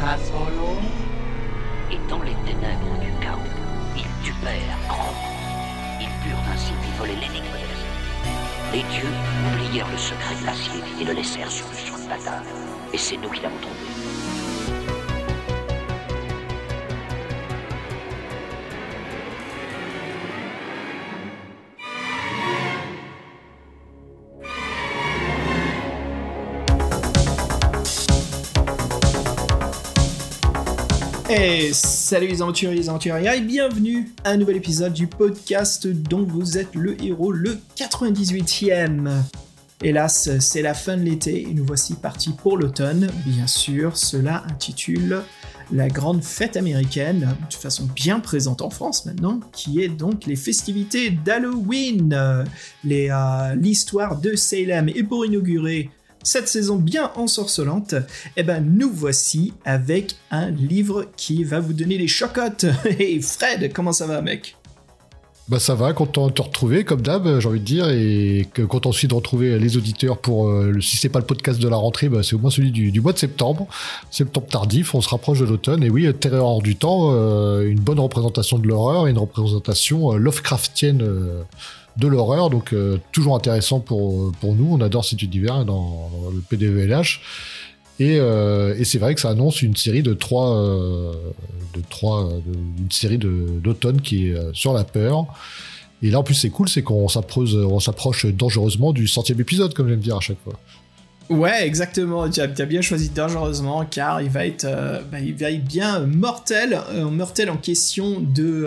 pas solo. Et dans les ténèbres du chaos, ils tuèrent grandement. Ils purent ainsi lui voler l'énigme de la vie. Les dieux oublièrent le secret de l'acier et le laissèrent sur le champ de bataille. Et c'est nous qui l'avons trouvé. Et salut les aventuriers et les aventurières et bienvenue à un nouvel épisode du podcast dont vous êtes le héros, le 98e. Hélas, c'est la fin de l'été et nous voici partis pour l'automne. Bien sûr, cela intitule la grande fête américaine, de façon bien présente en France maintenant, qui est donc les festivités d'Halloween, l'histoire de Salem. Et pour inaugurer cette saison bien ensorcelante, nous voici avec un livre qui va vous donner les chocottes. Hey Fred, comment ça va mec ? Bah ça va, content de te retrouver comme d'hab, j'ai envie de dire, et content aussi de retrouver les auditeurs pour, si c'est pas le podcast de la rentrée, c'est au moins celui du mois de septembre tardif, on se rapproche de l'automne, et oui, Terreur hors du temps, une bonne représentation de l'horreur, et une représentation Lovecraftienne de l'horreur, donc toujours intéressant pour nous, on adore cet univers dans le PDVLH, et c'est vrai que ça annonce une série une série d'automne qui est sur la peur. Et là en plus c'est cool, c'est qu'on s'approche dangereusement du 100e épisode, comme j'aime dire à chaque fois. Ouais, exactement. Tu as bien choisi dangereusement, car il va être bien mortel en question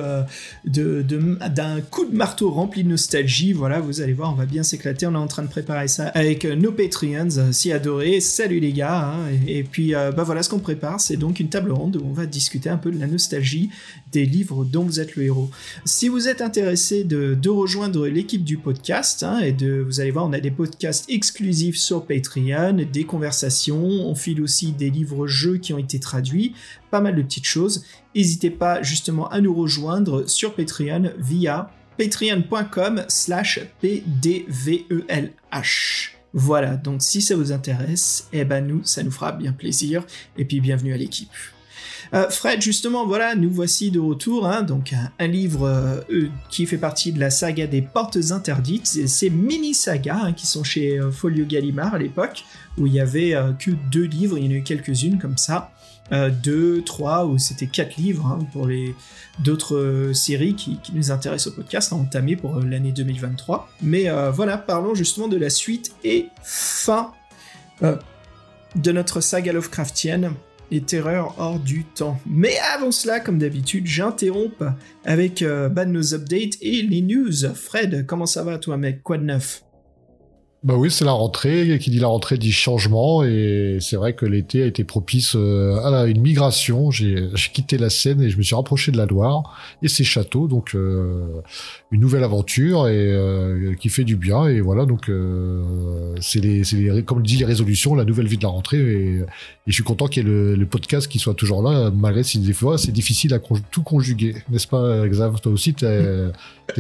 d'un coup de marteau rempli de nostalgie. Voilà, vous allez voir, on va bien s'éclater. On est en train de préparer ça avec nos Patreons, si adorés. Salut les gars. Hein. Et puis, voilà ce qu'on prépare. C'est donc une table ronde où on va discuter un peu de la nostalgie des livres dont vous êtes le héros. Si vous êtes intéressé de rejoindre l'équipe du podcast, hein, vous allez voir, on a des podcasts exclusifs sur Patreon, des conversations, on file aussi des livres-jeux qui ont été traduits, pas mal de petites choses. N'hésitez pas justement à nous rejoindre sur Patreon via patreon.com/pdvelh. Voilà, donc si ça vous intéresse, ça nous fera bien plaisir, et puis bienvenue à l'équipe. Fred, justement, voilà, nous voici de retour, hein, donc un livre qui fait partie de la saga des Portes Interdites, ces mini-sagas hein, qui sont chez Folio Gallimard à l'époque, où il y avait que 2 livres, il y en a eu quelques-unes comme ça, 2, 3, ou c'était 4 livres hein, pour les d'autres séries qui nous intéressent au podcast, entamées pour l'année 2023. Mais voilà, parlons justement de la suite et fin de notre saga Lovecraftienne, les terreurs hors du temps. Mais avant cela, comme d'habitude, j'interromps avec nos updates et les news. Fred, comment ça va toi mec ? Quoi de neuf ? Bah oui, c'est la rentrée, qui dit la rentrée dit changement, et c'est vrai que l'été a été propice à une migration. J'ai quitté la Seine et je me suis rapproché de la Loire et ses châteaux, donc une nouvelle aventure et qui fait du bien, et voilà, donc c'est comme dit les résolutions, la nouvelle vie de la rentrée, et je suis content qu'il y ait le podcast qui soit toujours là, malgré si des fois c'est difficile à tout conjuguer, n'est-ce pas Xav ? Toi aussi t'es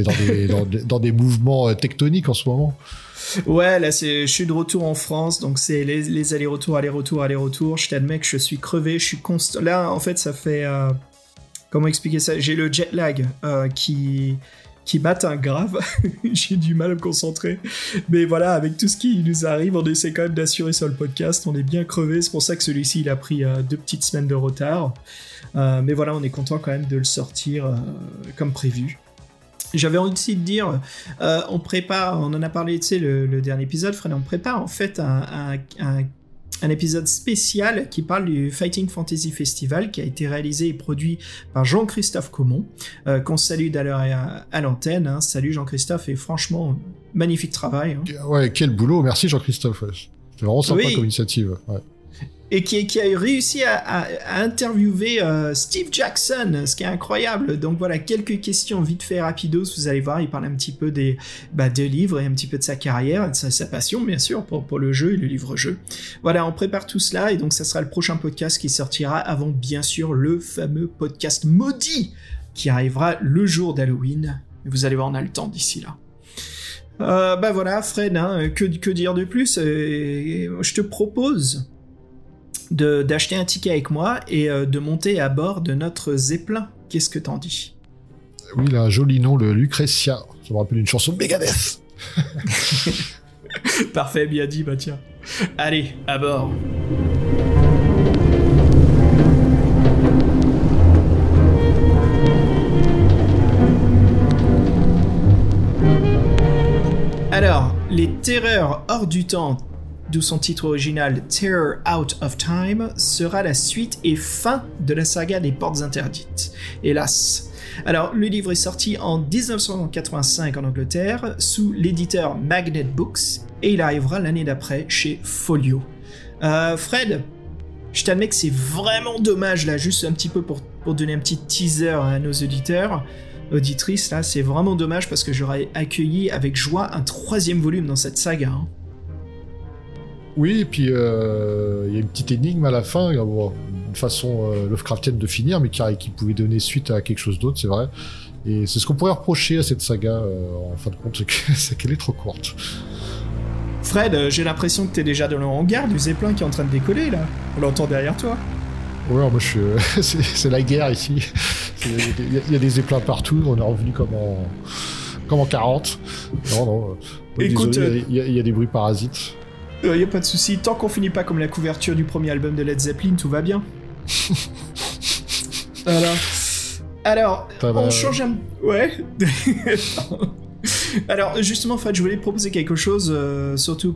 dans des mouvements tectoniques en ce moment. Ouais, là je suis de retour en France, donc c'est les allers-retours. Je t'admets que je suis crevé, je suis constant. Là, en fait, ça fait comment expliquer ça ? J'ai le jet lag qui m'atteint grave. J'ai du mal à me concentrer. Mais voilà, avec tout ce qui nous arrive, on essaie quand même d'assurer sur le podcast. On est bien crevé. C'est pour ça que celui-ci, il a pris 2 petites semaines de retard. Mais voilà, on est content quand même de le sortir comme prévu. J'avais envie aussi de dire, on prépare, on en a parlé, tu sais, le dernier épisode, Fred, on prépare en fait un épisode spécial qui parle du Fighting Fantasy Festival, qui a été réalisé et produit par Jean-Christophe Comont, qu'on salue d'ailleurs à l'antenne. Hein. Salut Jean-Christophe, et franchement, magnifique travail. Hein. Ouais, quel boulot, merci Jean-Christophe. Ouais. C'est vraiment sympa comme initiative. Ouais. Et qui a réussi à interviewer Steve Jackson, ce qui est incroyable. Donc voilà, quelques questions vite fait rapidos, vous allez voir, il parle un petit peu des livres et un petit peu de sa carrière, et de sa passion bien sûr pour le jeu et le livre-jeu. Voilà, on prépare tout cela, et donc ça sera le prochain podcast qui sortira avant bien sûr le fameux podcast maudit qui arrivera le jour d'Halloween. Vous allez voir, on a le temps d'ici là. Voilà, Fred, hein, que dire de plus ? Je te propose d'acheter un ticket avec moi et de monter à bord de notre Zeppelin. Qu'est-ce que t'en dis ? Oui, il a un joli nom, le Lucretia. Ça me rappelle une chanson de Megadeth. Parfait, bien dit, bah tiens. Allez, à bord. Alors, Les Terreurs hors du temps, d'où son titre original Terror Out of Time, sera la suite et fin de la saga des Portes Interdites. Hélas. Alors, le livre est sorti en 1985 en Angleterre, sous l'éditeur Magnet Books, et il arrivera l'année d'après chez Folio. Fred, je t'admets que c'est vraiment dommage, là, juste un petit peu pour donner un petit teaser à nos auditeurs, auditrices, là, c'est vraiment dommage parce que j'aurais accueilli avec joie un 3e volume dans cette saga. Hein. Oui, et puis il y a une petite énigme à la fin, une façon Lovecraftienne de finir, mais qui pouvait donner suite à quelque chose d'autre, c'est vrai. Et c'est ce qu'on pourrait reprocher à cette saga, en fin de compte, c'est qu'elle est trop courte. Fred, j'ai l'impression que t'es déjà dans le hangar du Zeppelin qui est en train de décoller, là. On l'entend derrière toi. Ouais, moi je suis... c'est la guerre ici. Il y a des Zeppelins partout, on est revenu comme en 40. Non. Écoute, désolé, il y a des bruits parasites. Y a pas de souci, tant qu'on finit pas comme la couverture du premier album de Led Zeppelin, tout va bien. Voilà. Alors, on change un... Ouais. Alors, justement, Fred, je voulais te proposer quelque chose, surtout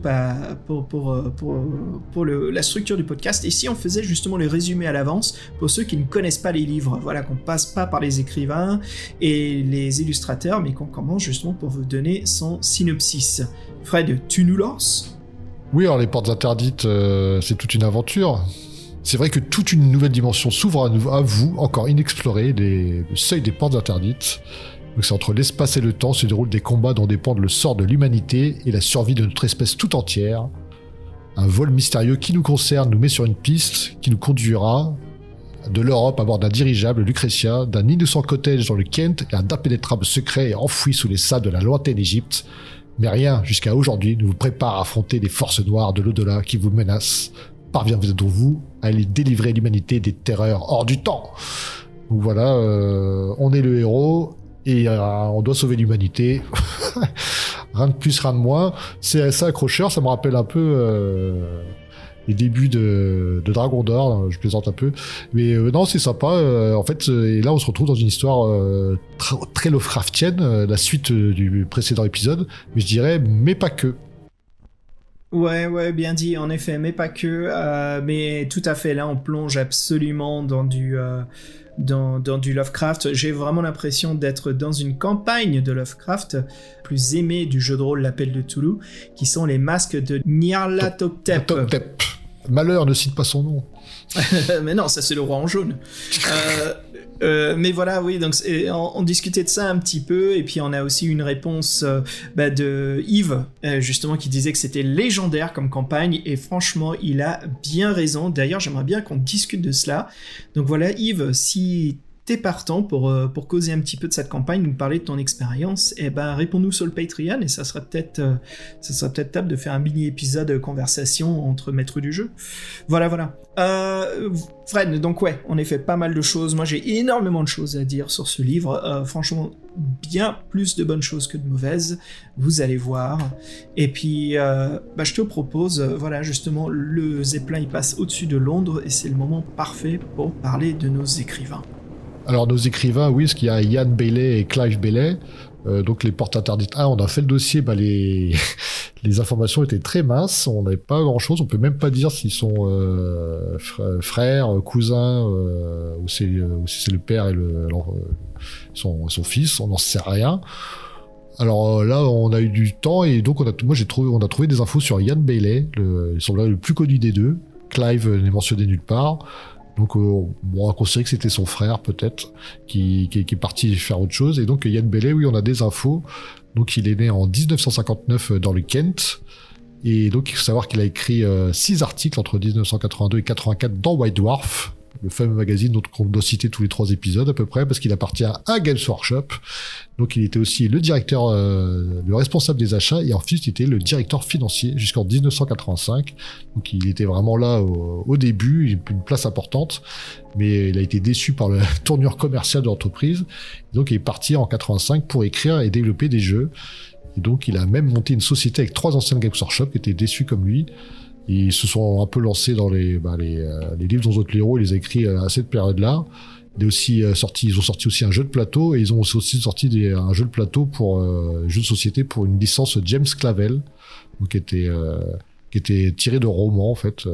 pour la structure du podcast, et si on faisait justement le résumé à l'avance, pour ceux qui ne connaissent pas les livres, voilà, qu'on passe pas par les écrivains et les illustrateurs, mais qu'on commence justement pour vous donner son synopsis. Fred, tu nous lances ? Oui, alors les Portes Interdites, c'est toute une aventure. C'est vrai que toute une nouvelle dimension s'ouvre à vous, encore inexplorée, le seuil des Portes Interdites. Donc c'est entre l'espace et le temps se déroulent des combats dont dépendent le sort de l'humanité et la survie de notre espèce tout entière. Un vol mystérieux qui nous concerne nous met sur une piste qui nous conduira de l'Europe à bord d'un dirigeable Lucretia, d'un innocent cottage dans le Kent et un d'impénétrables secrets enfouis sous les sables de la lointaine Égypte. Mais rien, jusqu'à aujourd'hui, ne vous prépare à affronter des forces noires de l'au-delà qui vous menacent. Parviendrez-vous à aller délivrer l'humanité des terreurs hors du temps ? Donc voilà, on est le héros et on doit sauver l'humanité. Rien de plus, rien de moins. C'est assez accrocheur, ça me rappelle un peu les débuts de Dragon d'Or, je plaisante un peu. Mais non, c'est sympa. En fait, et là, on se retrouve dans une histoire très Lovecraftienne, la suite du précédent épisode, mais je dirais, mais pas que. Ouais, bien dit, en effet, mais pas que. Mais tout à fait, là, on plonge absolument dans du Lovecraft. J'ai vraiment l'impression d'être dans une campagne de Lovecraft, plus aimée du jeu de rôle L'Appel de Cthulhu, qui sont les masques de Nyarlathotep. Malheur, ne cite pas son nom. Mais non, ça c'est le roi en jaune. Mais voilà, oui, donc on discutait de ça un petit peu, et puis on a aussi une réponse de Yves, justement, qui disait que c'était légendaire comme campagne, et franchement, il a bien raison. D'ailleurs, j'aimerais bien qu'on discute de cela. Donc voilà, Yves, si t'es partant pour causer un petit peu de cette campagne, nous parler de ton expérience, réponds-nous sur le Patreon, et ça serait peut-être table de faire un mini-épisode conversation entre maîtres du jeu. Voilà. Fred, donc ouais, en effet, pas mal de choses. Moi, j'ai énormément de choses à dire sur ce livre. Franchement, bien plus de bonnes choses que de mauvaises. Vous allez voir. Et puis, je te propose, voilà, justement, le Zeppelin, il passe au-dessus de Londres, et c'est le moment parfait pour parler de nos écrivains. Alors nos écrivains, oui, parce qu'il y a Ian Bailey et Clive Bailey. Donc les Portes Interdites 1, on a fait le dossier, les informations étaient très minces, on n'avait pas grand-chose, on peut même pas dire s'ils sont frères, cousins, ou c'est le père et son fils, on n'en sait rien. Alors là, on a eu du temps, et donc on a trouvé des infos sur Ian Bailey, il semblerait le plus connu des deux. Clive n'est mentionné nulle part. Donc on a considéré que c'était son frère peut-être qui est parti faire autre chose. Et donc Ian Bailey, oui, on a des infos. Donc il est né en 1959 dans le Kent. Et donc il faut savoir qu'il a écrit 6 articles entre 1982 et 84 dans White Dwarf. le fameux magazine dont on doit citer tous les 3 épisodes à peu près, parce qu'il appartient à Games Workshop. Donc il était aussi le directeur, le responsable des achats, et ensuite il était le directeur financier jusqu'en 1985. Donc il était vraiment là au début, une place importante, mais il a été déçu par la tournure commerciale de l'entreprise. Donc il est parti en 85 pour écrire et développer des jeux. Et donc il a même monté une société avec 3 anciens Games Workshop qui étaient déçus comme lui. Et ils se sont un peu lancés dans les livres dont d'autres héros, il les a écrits à cette période-là. Ils ont sorti aussi un jeu de plateau, et ils ont aussi sorti un jeu de plateau jeu de société pour une licence James Clavell, donc qui était tiré de romans en fait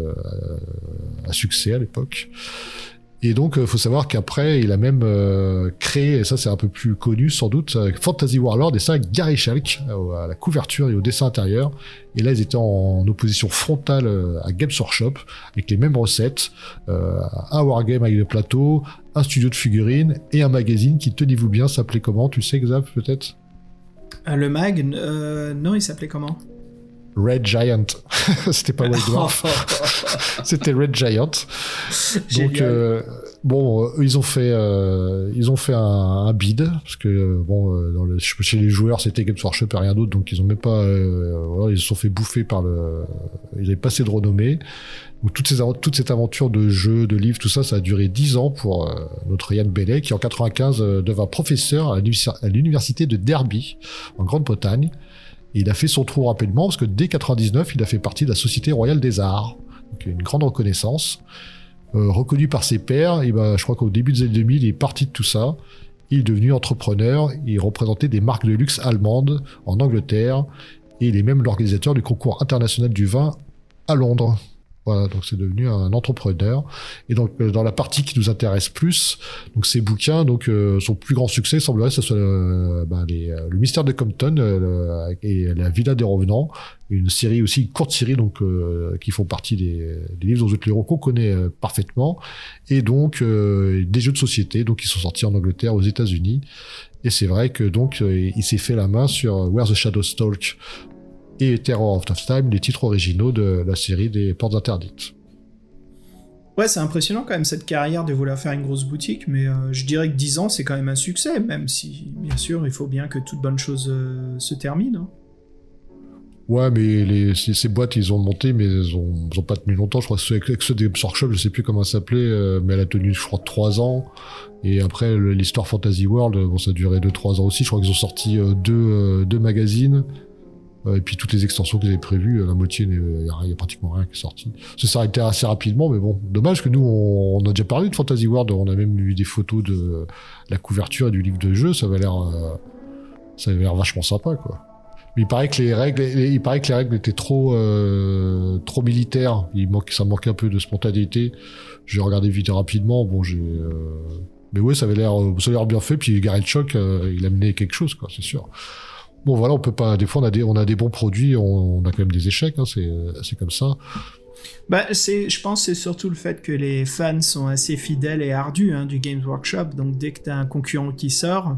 à succès à l'époque. Et donc, faut savoir qu'après, il a même créé, et ça c'est un peu plus connu sans doute, Fantasy Warlord, et ça Gary Schalk à la couverture et au dessin intérieur. Et là, ils étaient en opposition frontale à Games Workshop, avec les mêmes recettes, un wargame avec des plateaux, un studio de figurines et un magazine qui, tenez-vous bien, s'appelait comment? Tu sais, Xav, peut-être? Le mag, non, il s'appelait comment? Red Giant. C'était pas White Dwarf. C'était Red Giant. Donc ils ont fait un bid, parce que chez les joueurs c'était Games Workshop et rien d'autre, donc ils ont même pas ils se sont fait bouffer ils avaient pas assez de renommée. Donc toute cette aventure de jeux, de livres, tout ça a duré 10 ans pour notre Yann Bellet, qui en 95 devint professeur à l'université de Derby en Grande-Bretagne. Et il a fait son trou rapidement, parce que dès 99, il a fait partie de la Société Royale des Arts. Donc une grande reconnaissance. Reconnu par ses pairs, et je crois qu'au début des années 2000, il est parti de tout ça. Il est devenu entrepreneur, il représentait des marques de luxe allemandes en Angleterre, et il est même l'organisateur du concours international du vin à Londres. Voilà, donc c'est devenu un entrepreneur. Et donc dans la partie qui nous intéresse plus, donc ces bouquins, son plus grand succès semblerait que ce soit le Mystère de Compton et la Villa des Revenants, une série aussi, une courte série qui font partie des livres dont les héros qu'on connaît parfaitement, et donc des jeux de société qui sont sortis en Angleterre, aux États-Unis. Et c'est vrai que il s'est fait la main sur Where the Shadows Talk et Terror of Time, les titres originaux de la série des Portes Interdites. Ouais, c'est impressionnant quand même cette carrière de vouloir faire une grosse boutique, mais je dirais que 10 ans c'est quand même un succès, même si bien sûr il faut bien que toute bonne chose se termine. Hein. Ouais, mais ces boîtes ils ont monté, mais ils ont pas tenu longtemps. Je crois que ceux des Workshop, je sais plus comment ça s'appelait, mais elle a tenu je crois 3 ans. Et après l'histoire Fantasy World, ça a duré 2-3 ans aussi. Je crois qu'ils ont sorti deux magazines. Et puis toutes les extensions qu'ils avaient prévues, la moitié, il y a pratiquement rien qui est sorti. Ça s'est arrêté assez rapidement, mais bon, dommage que nous, on a déjà parlé de Fantasy World, on a même eu des photos de la couverture et du livre de jeu, ça avait l'air vachement sympa, quoi. Mais il paraît que les règles étaient trop militaires, ça manquait un peu de spontanéité. J'ai regardé vite et rapidement, mais ouais, ça avait l'air bien fait, puis Gareth Choc, il a mené quelque chose, quoi, c'est sûr. Bon voilà, on peut pas. Des fois, on a des bons produits, on a quand même des échecs. Hein, c'est comme ça. Je pense que c'est surtout le fait que les fans sont assez fidèles et ardus du Games Workshop. Donc dès que t'as un concurrent qui sort,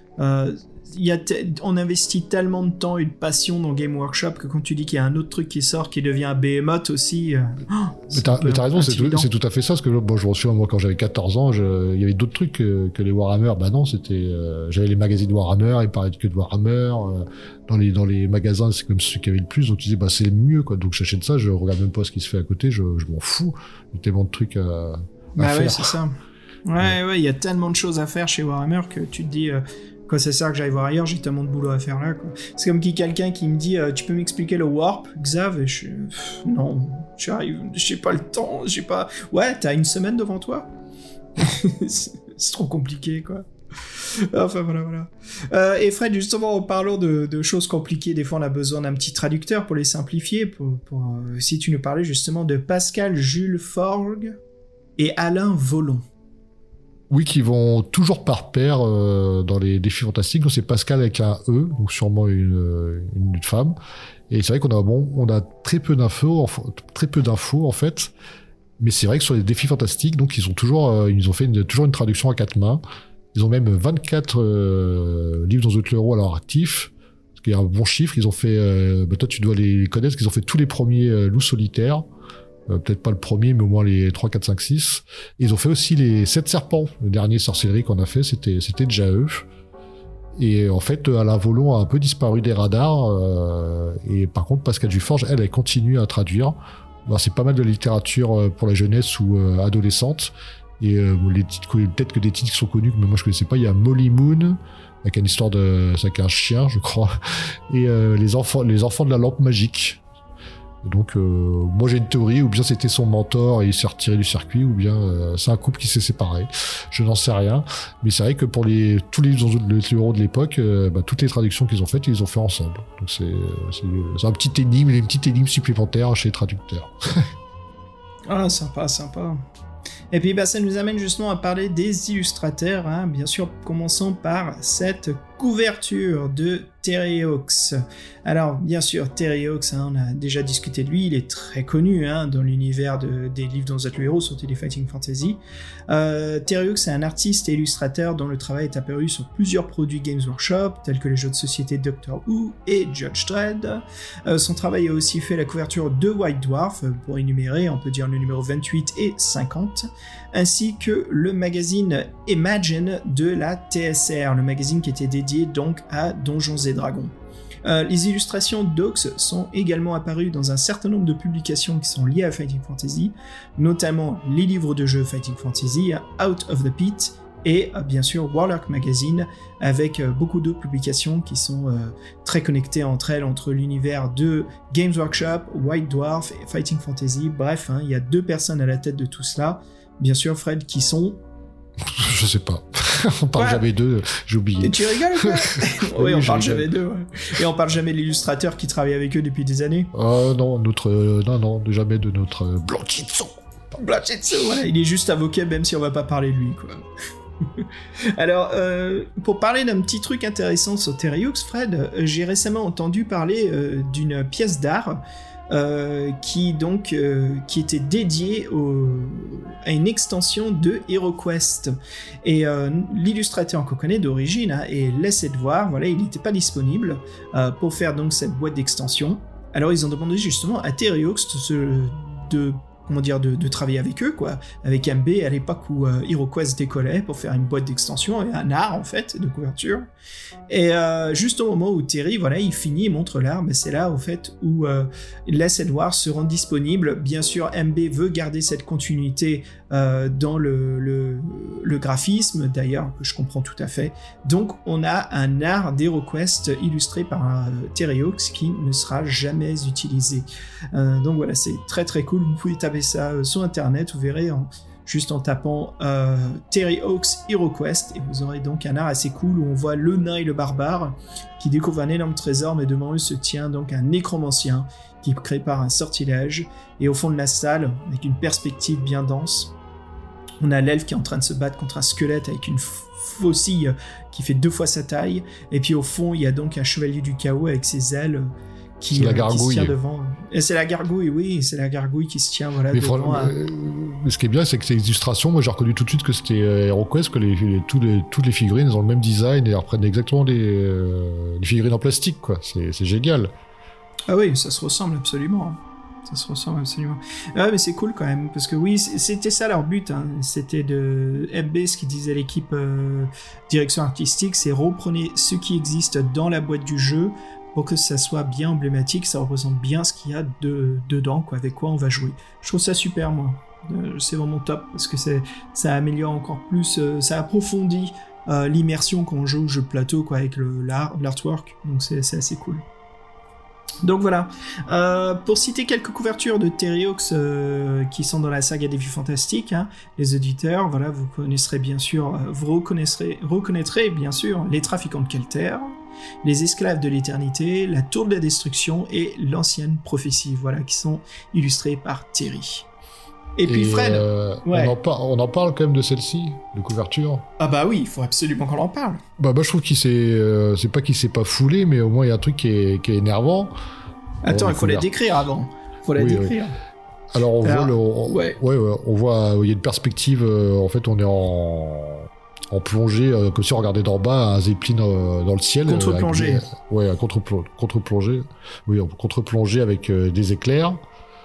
on investit tellement de temps et de passion dans Game Workshop que quand tu dis qu'il y a un autre truc qui sort qui devient un behemoth aussi. Mais t'as raison, c'est tout à fait ça. Parce que je me souviens, moi, quand j'avais 14 ans, il y avait d'autres trucs que les Warhammer. Non, c'était. J'avais les magazines Warhammer, il parlait que de Warhammer. Dans les magasins, c'est comme ceux qui avaient le plus. Donc tu disais, c'est le mieux, quoi. Donc j'achète ça, je regarde même pas ce qui se fait à côté, je m'en fous. Il y a tellement de trucs à faire. Ouais, c'est ça. Ouais, il y a tellement de choses à faire chez Warhammer que tu te dis. Quoi ça sert que j'aille voir ailleurs, j'ai tellement de boulot à faire là, quoi. C'est comme quelqu'un qui me dit tu peux m'expliquer le warp, Xav? Et non, j'arrive, j'ai pas le temps, ouais, t'as une semaine devant toi. C'est trop compliqué, quoi. Enfin voilà. Et Fred, justement, en parlant de choses compliquées, des fois on a besoin d'un petit traducteur pour les simplifier, si tu nous parlais justement de Pascal Jules Forgue et Alain Volon. Oui, qui vont toujours par paire dans les défis fantastiques. Donc c'est Pascal avec un E, donc sûrement une femme. Et c'est vrai qu'on a très peu d'infos en fait. Mais c'est vrai que sur les défis fantastiques, donc ils ont fait toujours une traduction à 4 mains. Ils ont même 24 livres dans Outlaw à leur actif. Ce qui est un bon chiffre. Ils ont fait, toi tu dois les connaître, parce qu'ils ont fait tous les premiers loups solitaires. peut-être pas le premier, mais au moins les 3, 4, 5, 6. Et ils ont fait aussi les 7 serpents. Le dernier sorcellerie qu'on a fait, c'était déjà eux. Et en fait, Alain Volon a un peu disparu des radars. Et par contre, Pascal Duforge, elle continue à traduire. Ben, c'est pas mal de littérature pour la jeunesse ou adolescente. Et les titres, peut-être que des titres qui sont connus, mais moi je connaissais pas. Il y a Molly Moon, avec une histoire avec un chien, je crois. Et les enfants de la lampe magique. Donc moi j'ai une théorie, ou bien c'était son mentor et il s'est retiré du circuit, ou bien c'est un couple qui s'est séparé, je n'en sais rien, mais c'est vrai que pour tous les héros de l'époque, toutes les traductions qu'ils ont faites, ils les ont fait ensemble, donc c'est un petit énigme, une petite énigme supplémentaire chez les traducteurs. Ah, sympa. Et puis ça nous amène justement à parler des illustrateurs, hein. Bien sûr, commençons par cette couverture de Terry Hawks. Alors, bien sûr, Terry Hawks, hein, on a déjà discuté de lui, il est très connu hein, dans l'univers des livres dont vous êtes le héros, surtout des Fighting Fantasy. Terry Hawks est un artiste et illustrateur dont le travail est apparu sur plusieurs produits Games Workshop, tels que les jeux de société Doctor Who et Judge Dredd. Son travail a aussi fait la couverture de White Dwarf, pour énumérer, on peut dire le numéro 28 et 50, ainsi que le magazine Imagine de la TSR, le magazine qui était dédié donc à Donjons et Dragons. Les illustrations d'Hawks sont également apparues dans un certain nombre de publications qui sont liées à Fighting Fantasy, notamment les livres de jeux Fighting Fantasy, Out of the Pit et bien sûr Warlock Magazine, avec beaucoup d'autres publications qui sont très connectées entre elles, entre l'univers de Games Workshop, White Dwarf et Fighting Fantasy. Bref, hein, il y a 2 personnes à la tête de tout cela. Bien sûr, Fred, qui sont... Je sais pas. On parle jamais d'eux, j'ai oublié. Et tu rigoles ou quoi? Oui, on parle jamais d'eux. Ouais. Et on parle jamais de l'illustrateur qui travaille avec eux depuis des années. Non, jamais de notre Blanchitsu. Blanchitsu, voilà, il est juste avocat, même si on va pas parler de lui, quoi. Alors, pour parler d'un petit truc intéressant sur Terry Hawks, Fred, j'ai récemment entendu parler d'une pièce d'art qui était dédiée à une extension de HeroQuest. Et l'illustrateur qu'on connaît d'origine est Les Edouard, voilà, il n'était pas disponible pour faire donc cette boîte d'extension. Alors ils ont demandé justement à Terry Hawks de travailler avec eux, quoi, avec MB à l'époque où HeroQuest décollait, pour faire une boîte d'extension et un art en fait de couverture. Et juste au moment où Terry, voilà, il finit et montre l'art, c'est là au fait où Les Edouard se rend disponible. Bien sûr, MB veut garder cette continuité dans le graphisme, d'ailleurs, que je comprends tout à fait. Donc on a un art d'HeroQuest illustré par Terry Hawks qui ne sera jamais utilisé. Donc voilà, c'est très très cool. Vous pouvez taper ça sur internet, vous verrez juste en tapant Terry Hawks HeroQuest, et vous aurez donc un art assez cool où on voit le nain et le barbare qui découvrent un énorme trésor, mais devant eux se tient donc un nécromancien qui prépare un sortilège. Et au fond de la salle, avec une perspective bien dense, on a l'elfe qui est en train de se battre contre un squelette avec une faucille qui fait 2 fois sa taille, et puis au fond il y a donc un chevalier du chaos avec ses ailes qui se tient devant. Et c'est la gargouille, oui, c'est la gargouille qui se tient, voilà, devant. Mais ce qui est bien, c'est que ces illustrations, moi j'ai reconnu tout de suite que c'était HeroQuest, que toutes les figurines elles ont le même design et reprennent exactement les figurines en plastique, quoi. C'est génial. Ah oui, ça se ressemble absolument. Ça se ressemble absolument. Ah, mais c'est cool quand même, parce que oui, c'était ça leur but, hein. C'était de MB, ce qui disait l'équipe direction artistique, c'est reprenez ce qui existe dans la boîte du jeu pour que ça soit bien emblématique, ça représente bien ce qu'il y a dedans, quoi, avec quoi on va jouer. Je trouve ça super, moi. C'est vraiment top, parce que ça améliore encore plus, ça approfondit l'immersion quand on joue au jeu de plateau, quoi, avec l'artwork, donc c'est assez cool. Donc voilà, pour citer quelques couvertures de Terry Hawks qui sont dans la saga des Vies Fantastiques, hein, les auditeurs, voilà, vous reconnaîtrez bien sûr les Trafiquants de Kelter, les Esclaves de l'Éternité, la Tour de la Destruction et l'Ancienne Prophétie, voilà, qui sont illustrés par Terry. Et puis Fred, ouais. On en parle quand même de celle-ci, de couverture. Ah bah oui, il faut absolument qu'on en parle. Bah je trouve c'est pas qu'il s'est pas foulé, mais au moins il y a un truc qui est énervant. Attends, il faut la décrire avant. Faut la décrire. Alors on voit, il y a une perspective. En fait, on est en plongée, comme si on regardait d'en bas un zeppelin dans le ciel. Contre-plongée. Un contre-plongée. Oui, contre-plongée avec des éclairs.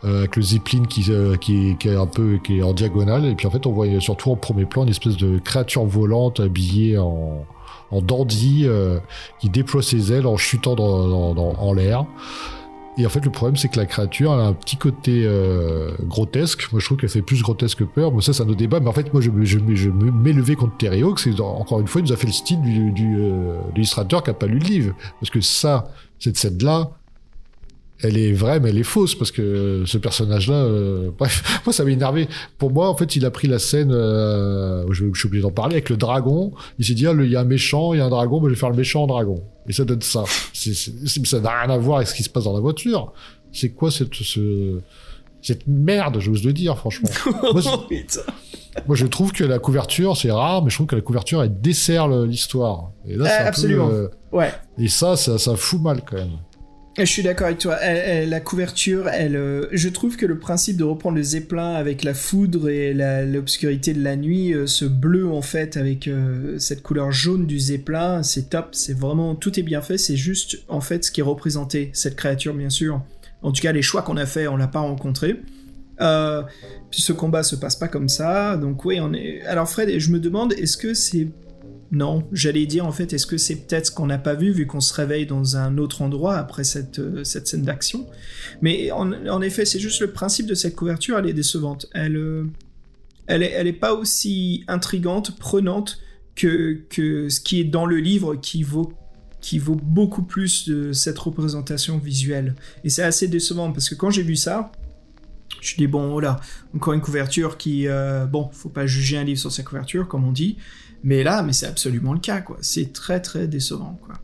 avec le Zeppelin qui est en diagonale, et puis en fait on voit surtout en premier plan une espèce de créature volante habillée en dandy qui déploie ses ailes en chutant en l'air. Et en fait, le problème, c'est que la créature elle a un petit côté grotesque. Moi, je trouve qu'elle fait plus grotesque que peur. Bon, ça, c'est un autre débat. Mais en fait, moi, je m'ai levé contre Terry Hawks. Et encore une fois, il nous a fait le style de l'illustrateur qui n'a pas lu le livre. Parce que cette scène-là, elle est vraie, mais elle est fausse. Parce que ce personnage-là... bref, moi, ça m'a énervé. Pour moi, en fait, il a pris la scène... je suis obligé d'en parler. Avec le dragon. Il s'est dit, il y a un méchant, il y a un dragon. Je vais faire le méchant en dragon. Et ça donne ça. Ça n'a rien à voir avec ce qui se passe dans la voiture. C'est quoi cette merde, j'ose le dire, franchement. Moi, je trouve que la couverture, c'est rare, mais je trouve que la couverture, elle dessert l'histoire. Et là, c'est absolument. Ouais. Et ça fout mal, quand même. Je suis d'accord avec toi. La couverture, je trouve que le principe de reprendre le Zeppelin avec la foudre et l'obscurité de la nuit, ce bleu en fait avec cette couleur jaune du Zeppelin, c'est top. C'est vraiment, tout est bien fait. C'est juste en fait ce qui est représenté, cette créature bien sûr. En tout cas, les choix qu'on a fait, on l'a pas rencontré. Puis ce combat se passe pas comme ça. Donc oui, Alors Fred, je me demande, est-ce que c'est... Non, j'allais dire en fait, est-ce que c'est peut-être ce qu'on n'a pas vu qu'on se réveille dans un autre endroit après cette scène d'action. Mais en effet, c'est juste le principe de cette couverture, elle est décevante. Elle est pas aussi intrigante, prenante que ce qui est dans le livre qui vaut beaucoup plus de cette représentation visuelle. Et c'est assez décevant parce que quand j'ai vu ça, je dis bon, voilà, encore une couverture qui... faut pas juger un livre sur sa couverture, comme on dit. Mais c'est absolument le cas, quoi. C'est très, très décevant, quoi.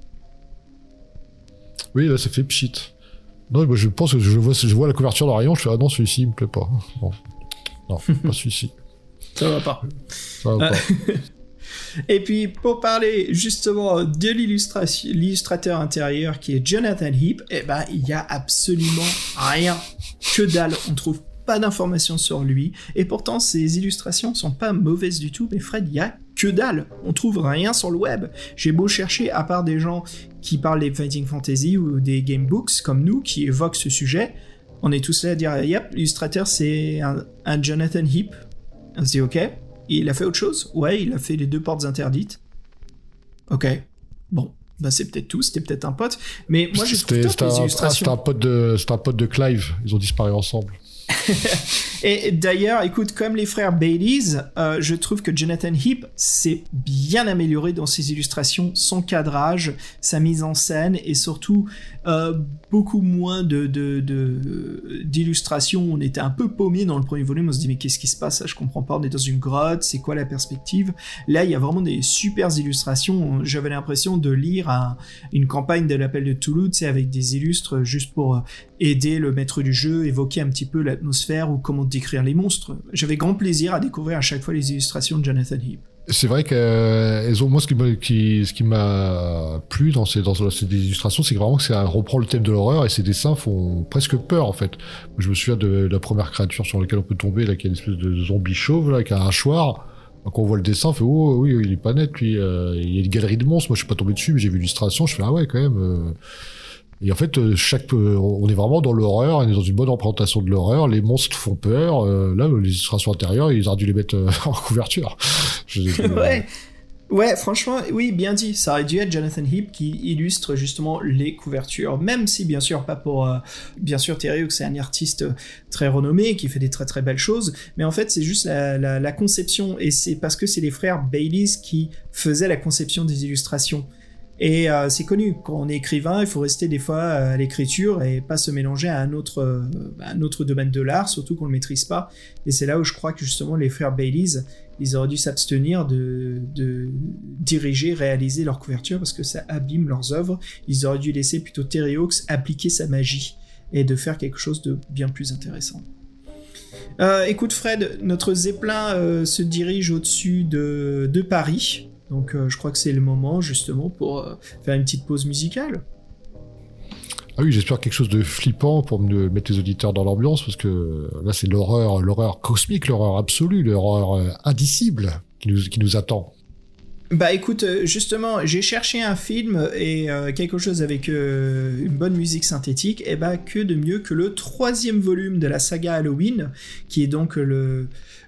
Oui, là, ça fait pchit. Non, moi, je pense que je vois la couverture de rayon, je fais, ah non, celui-ci, il me plaît pas. Bon. Non, pas celui-ci. Ça va pas. Et puis, pour parler, justement, de l'illustrateur intérieur, qui est Jonathan Heap, il y a absolument rien. Que dalle. On trouve pas d'informations sur lui, et pourtant ses illustrations sont pas mauvaises du tout, mais Fred, il y a que dalle, on trouve rien sur le web. J'ai beau chercher, à part des gens qui parlent des Fighting Fantasy ou des Gamebooks comme nous, qui évoquent ce sujet, on est tous là à dire, yep, l'illustrateur c'est un Jonathan Heap. On se dit, ok, il a fait autre chose? Ouais, il a fait les 2 portes interdites. Ok, bon. C'est peut-être tout, c'était peut-être un pote, mais moi je trouve top les illustrations. C'était un pote de Clive, ils ont disparu ensemble. Et d'ailleurs, écoute, comme les frères Baileys, je trouve que Jonathan Heap s'est bien amélioré dans ses illustrations, son cadrage, sa mise en scène, et surtout beaucoup moins d'illustrations. On était un peu paumé dans le premier volume, on se dit mais qu'est-ce qui se passe? Je comprends pas, on est dans une grotte, c'est quoi la perspective? Là, il y a vraiment des super illustrations. J'avais l'impression de lire une campagne de l'Appel de Toulouse, avec des illustres juste pour aider le maître du jeu, évoquer un petit peu l'atmosphère ou comment décrire les monstres. J'avais grand plaisir à découvrir à chaque fois les illustrations de Jonathan Heap. C'est vrai que moi, ce qui m'a plu dans ces illustrations, c'est que vraiment que ça reprend le thème de l'horreur et ces dessins font presque peur en fait. Je me souviens de la première créature sur laquelle on peut tomber, là, qui est une espèce de zombie chauve, là, qui a un hachoir. Quand on voit le dessin, on fait oh oui, il est pas net, lui. Il y a une galerie de monstres. Moi, je suis pas tombé dessus, mais j'ai vu l'illustration. Je fais ah ouais, quand même. Et en fait, on est vraiment dans l'horreur, on est dans une bonne représentation de l'horreur, les monstres font peur, là, les illustrations intérieures, ils auraient dû les mettre en couverture. Ouais, franchement, oui, bien dit, ça aurait dû être Jonathan Heap qui illustre justement les couvertures, même si, bien sûr, pas pour... bien sûr, Terry Hawks, c'est un artiste très renommé, qui fait des très très belles choses, mais en fait, c'est juste la conception, et c'est parce que c'est les frères Baileys qui faisaient la conception des illustrations. Et c'est connu, quand on est écrivain, il faut rester des fois à l'écriture et pas se mélanger à un autre domaine de l'art, surtout qu'on le maîtrise pas. Et c'est là où je crois que justement les frères Baileys, ils auraient dû s'abstenir de diriger, réaliser leur couverture parce que ça abîme leurs œuvres. Ils auraient dû laisser plutôt Terry Hawks appliquer sa magie et de faire quelque chose de bien plus intéressant. Écoute Fred, notre Zeppelin se dirige au-dessus de Paris. Donc je crois que c'est le moment justement pour faire une petite pause musicale. Ah oui, j'espère quelque chose de flippant pour mettre les auditeurs dans l'ambiance, parce que là c'est l'horreur cosmique, l'horreur absolue, l'horreur indicible qui nous attend. Bah écoute, justement, j'ai cherché un film et quelque chose avec une bonne musique synthétique, et bah que de mieux que le 3e volume de la saga Halloween, qui est donc le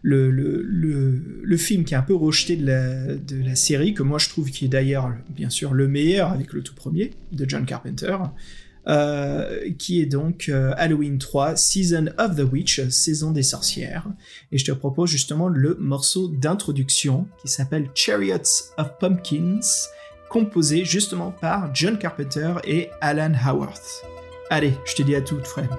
film qui est un peu rejeté de la série, que moi je trouve qui est d'ailleurs bien sûr le meilleur avec le tout premier de John Carpenter, qui est donc Halloween 3, Season of the Witch, saison des sorcières. Et je te propose justement le morceau d'introduction qui s'appelle Chariots of Pumpkins, composé justement par John Carpenter et Alan Howarth. Allez, je te dis à toutes, Fred.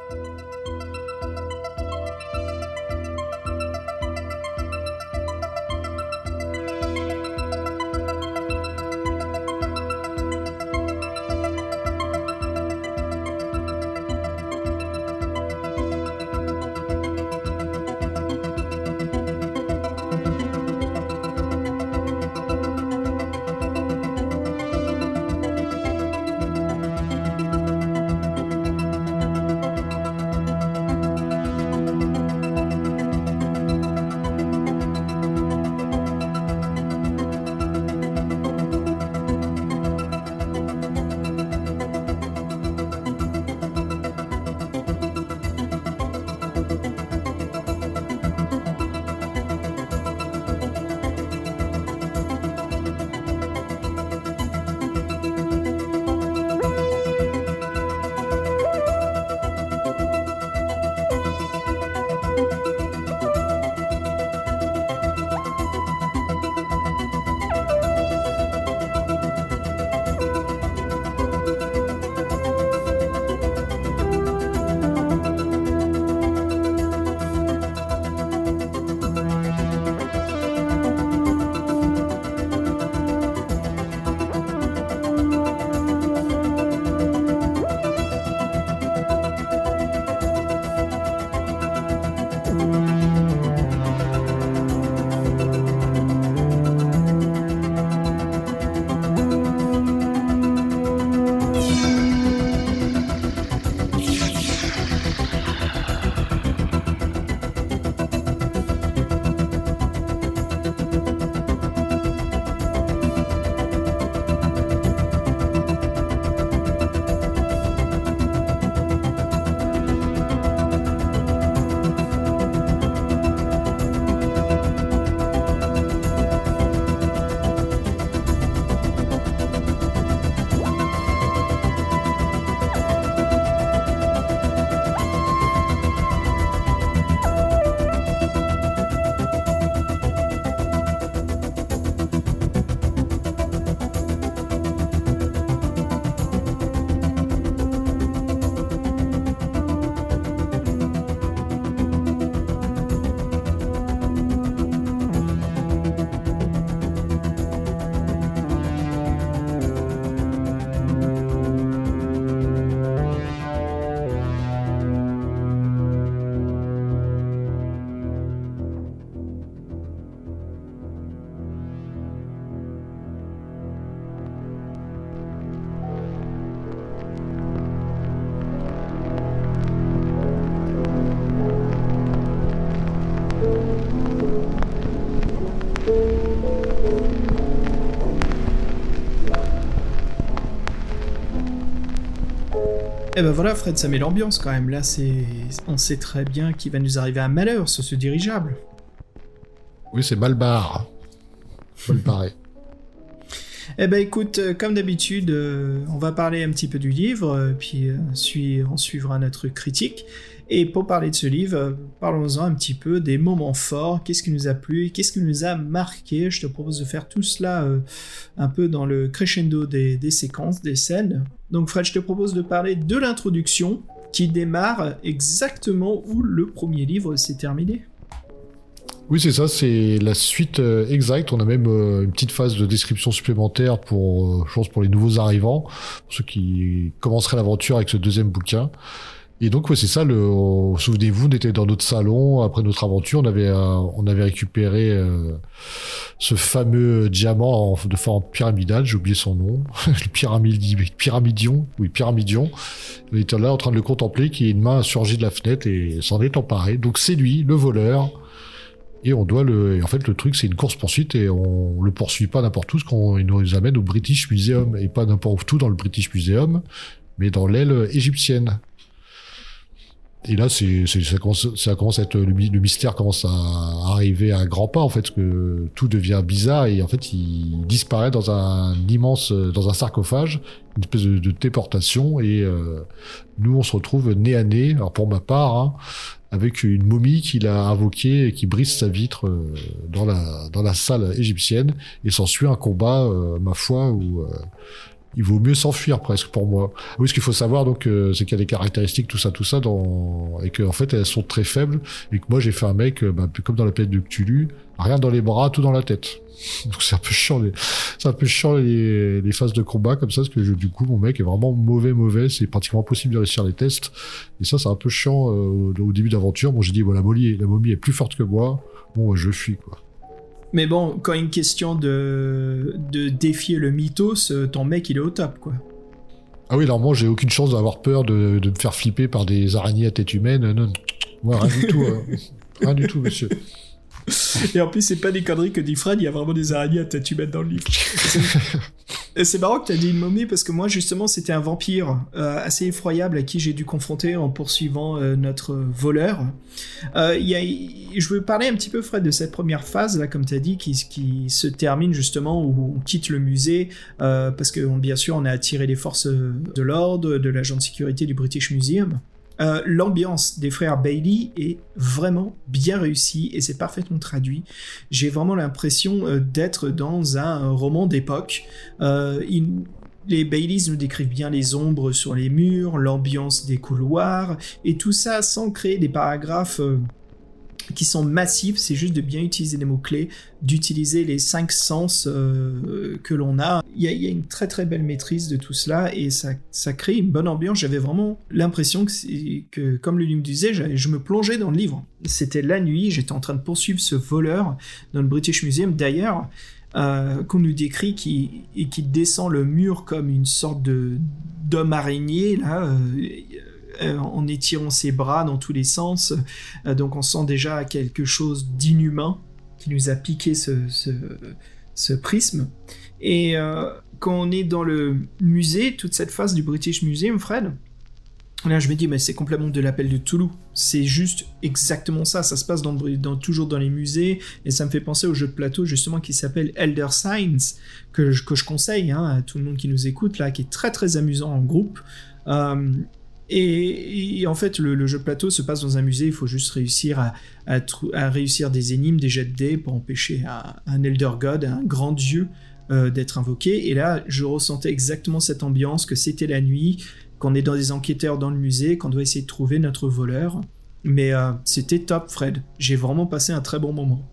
Et ben voilà, Fred, ça met l'ambiance quand même. Là, on sait très bien qu'il va nous arriver un malheur sur ce dirigeable. Oui, c'est mal barré. Faut le parer. Eh ben écoute, comme d'habitude, on va parler un petit peu du livre, puis on suivra notre critique. Et pour parler de ce livre, parlons-en un petit peu des moments forts, qu'est-ce qui nous a plu, qu'est-ce qui nous a marqué. Je te propose de faire tout cela un peu dans le crescendo des séquences, des scènes. Donc Fred, je te propose de parler de l'introduction, qui démarre exactement où le premier livre s'est terminé. Oui, c'est ça, c'est la suite exacte. On a même une petite phase de description supplémentaire pour, je pense, pour les nouveaux arrivants, pour ceux qui commenceraient l'aventure avec ce deuxième bouquin. Et donc, ouais, c'est ça, souvenez-vous, on était dans notre salon, après notre aventure, on avait récupéré ce fameux diamant de forme pyramidale, j'ai oublié son nom, le pyramidion. On était là en train de le contempler, qui une main a surgi de la fenêtre et s'en est emparé. Donc c'est lui, le voleur. Et on doit et en fait, le truc, c'est une course-poursuite et on le poursuit pas n'importe où, parce qu'on il nous amène au British Museum, et pas n'importe où dans le British Museum, mais dans l'aile égyptienne. Et là, ça commence à être, le mystère commence à arriver à grands pas, en fait, parce que tout devient bizarre, et en fait, il disparaît dans dans un sarcophage, une espèce de déportation, et nous, on se retrouve nez à nez, alors pour ma part, hein, avec une momie qu'il a invoquée et qui brise sa vitre dans la salle égyptienne, et s'ensuit un combat, ma foi, où il vaut mieux s'enfuir presque pour moi. Oui, ce qu'il faut savoir donc, c'est qu'il y a des caractéristiques, tout ça, et que en fait elles sont très faibles, et que moi j'ai fait un mec, comme dans la planète de Cthulhu, rien dans les bras, tout dans la tête. Donc c'est un peu chiant les phases de combat comme ça, parce que du coup mon mec est vraiment mauvais, c'est pratiquement impossible de réussir les tests, et ça c'est un peu chiant au début d'aventure. Bon, j'ai dit, bon, la momie est plus forte que moi, bon, je fuis, quoi. Mais bon, quand il y a une question de défier le mythos, ton mec il est au top, quoi. Ah oui, alors moi j'ai aucune chance d'avoir peur de me faire flipper par des araignées à tête humaine, non, moi rien du tout, rien du tout, monsieur. Et en plus, c'est pas des conneries que dit Fred, il y a vraiment des araignées à tête humaine dans le livre. C'est marrant que t'as dit une momie, parce que moi, justement, c'était un vampire assez effroyable à qui j'ai dû confronter en poursuivant notre voleur. Je veux parler un petit peu, Fred, de cette première phase, là, comme t'as dit, qui se termine justement où on quitte le musée, parce que, bien sûr, on a attiré les forces de l'ordre, de l'agent de sécurité du British Museum. L'ambiance des frères Bailey est vraiment bien réussie et c'est parfaitement traduit. J'ai vraiment l'impression d'être dans un roman d'époque. Les Baileys nous décrivent bien les ombres sur les murs, l'ambiance des couloirs, et tout ça sans créer des paragraphes qui sont massifs. C'est juste de bien utiliser les mots-clés, d'utiliser les 5 sens que l'on a. Il y a une très très belle maîtrise de tout cela, et ça crée une bonne ambiance. J'avais vraiment l'impression que comme le livre disait, je me plongeais dans le livre. C'était la nuit, j'étais en train de poursuivre ce voleur dans le British Museum, d'ailleurs, qu'on nous décrit qui descend le mur comme une sorte d'homme araignée, là, en étirant ses bras dans tous les sens, donc on sent déjà quelque chose d'inhumain qui nous a piqué ce prisme. Et quand on est dans le musée, toute cette phase du British Museum, Fred, là je me dis, mais c'est complètement de l'appel de Toulouse, c'est juste exactement ça se passe toujours dans les musées, et ça me fait penser au jeu de plateau justement qui s'appelle Elder Signs, que je conseille à tout le monde qui nous écoute là, qui est très très amusant en groupe. Et en fait, le jeu de plateau se passe dans un musée, il faut juste réussir à réussir des énigmes, des jets de dés pour empêcher un Elder God, un grand dieu, d'être invoqué. Et là, je ressentais exactement cette ambiance, que c'était la nuit, qu'on est dans des enquêteurs dans le musée, qu'on doit essayer de trouver notre voleur. Mais c'était top, Fred. J'ai vraiment passé un très bon moment.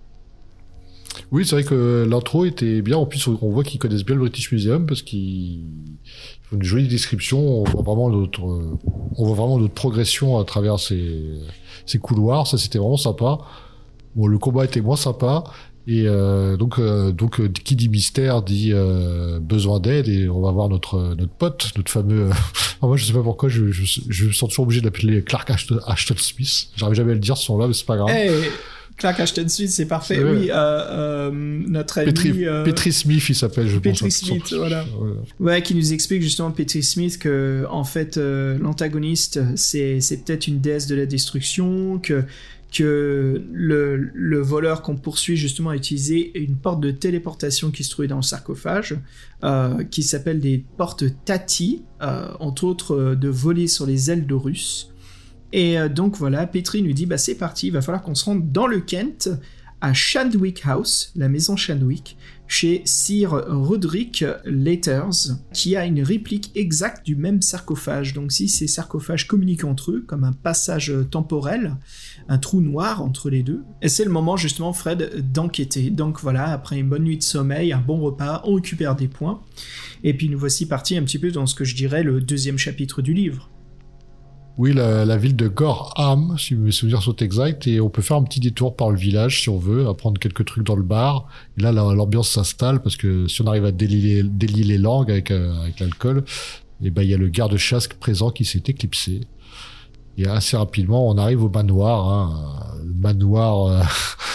Oui, c'est vrai que l'intro était bien. En plus, on voit qu'ils connaissent bien le British Museum parce qu'ils font une jolie description. On voit vraiment notre progression à travers ces couloirs. Ça, c'était vraiment sympa. Bon, le combat était moins sympa. Et donc, qui dit mystère dit besoin d'aide, et on va voir notre pote, notre fameux. Moi, je sais pas pourquoi, je me sens toujours obligé d'appeler Clark Ashton Smith. J'arrive jamais à le dire ce son-là, mais c'est pas grave. Hey, Clark Ashton Smith, c'est parfait. Oui, notre ami Petri Smith, il s'appelle, je pense. Petri Smith, voilà. Ouais, qui nous explique justement Petri Smith que en fait l'antagoniste c'est peut-être une déesse de la destruction, que le voleur qu'on poursuit justement a utilisé une porte de téléportation qui se trouvait dans le sarcophage, qui s'appelle des portes Tati, entre autres de voler sur les ailes d'Horus. Et donc voilà, Petri nous dit, c'est parti, il va falloir qu'on se rende dans le Kent, à Shandwick House, la maison Shandwick, chez Sir Roderick Letters, qui a une réplique exacte du même sarcophage. Donc si ces sarcophages communiquent entre eux, comme un passage temporel, un trou noir entre les deux, et c'est le moment justement, Fred, d'enquêter. Donc voilà, après une bonne nuit de sommeil, un bon repas, on récupère des points, et puis nous voici partis un petit peu dans ce que je dirais le 2e chapitre du livre. Oui, la ville de Gorham, si mes souvenirs sont exacts, et on peut faire un petit détour par le village si on veut, à prendre quelques trucs dans le bar. Et là, l'ambiance s'installe, parce que si on arrive à délier les langues avec l'alcool, et il y a le garde-chasse présent qui s'est éclipsé. Et assez rapidement, on arrive au manoir, le manoir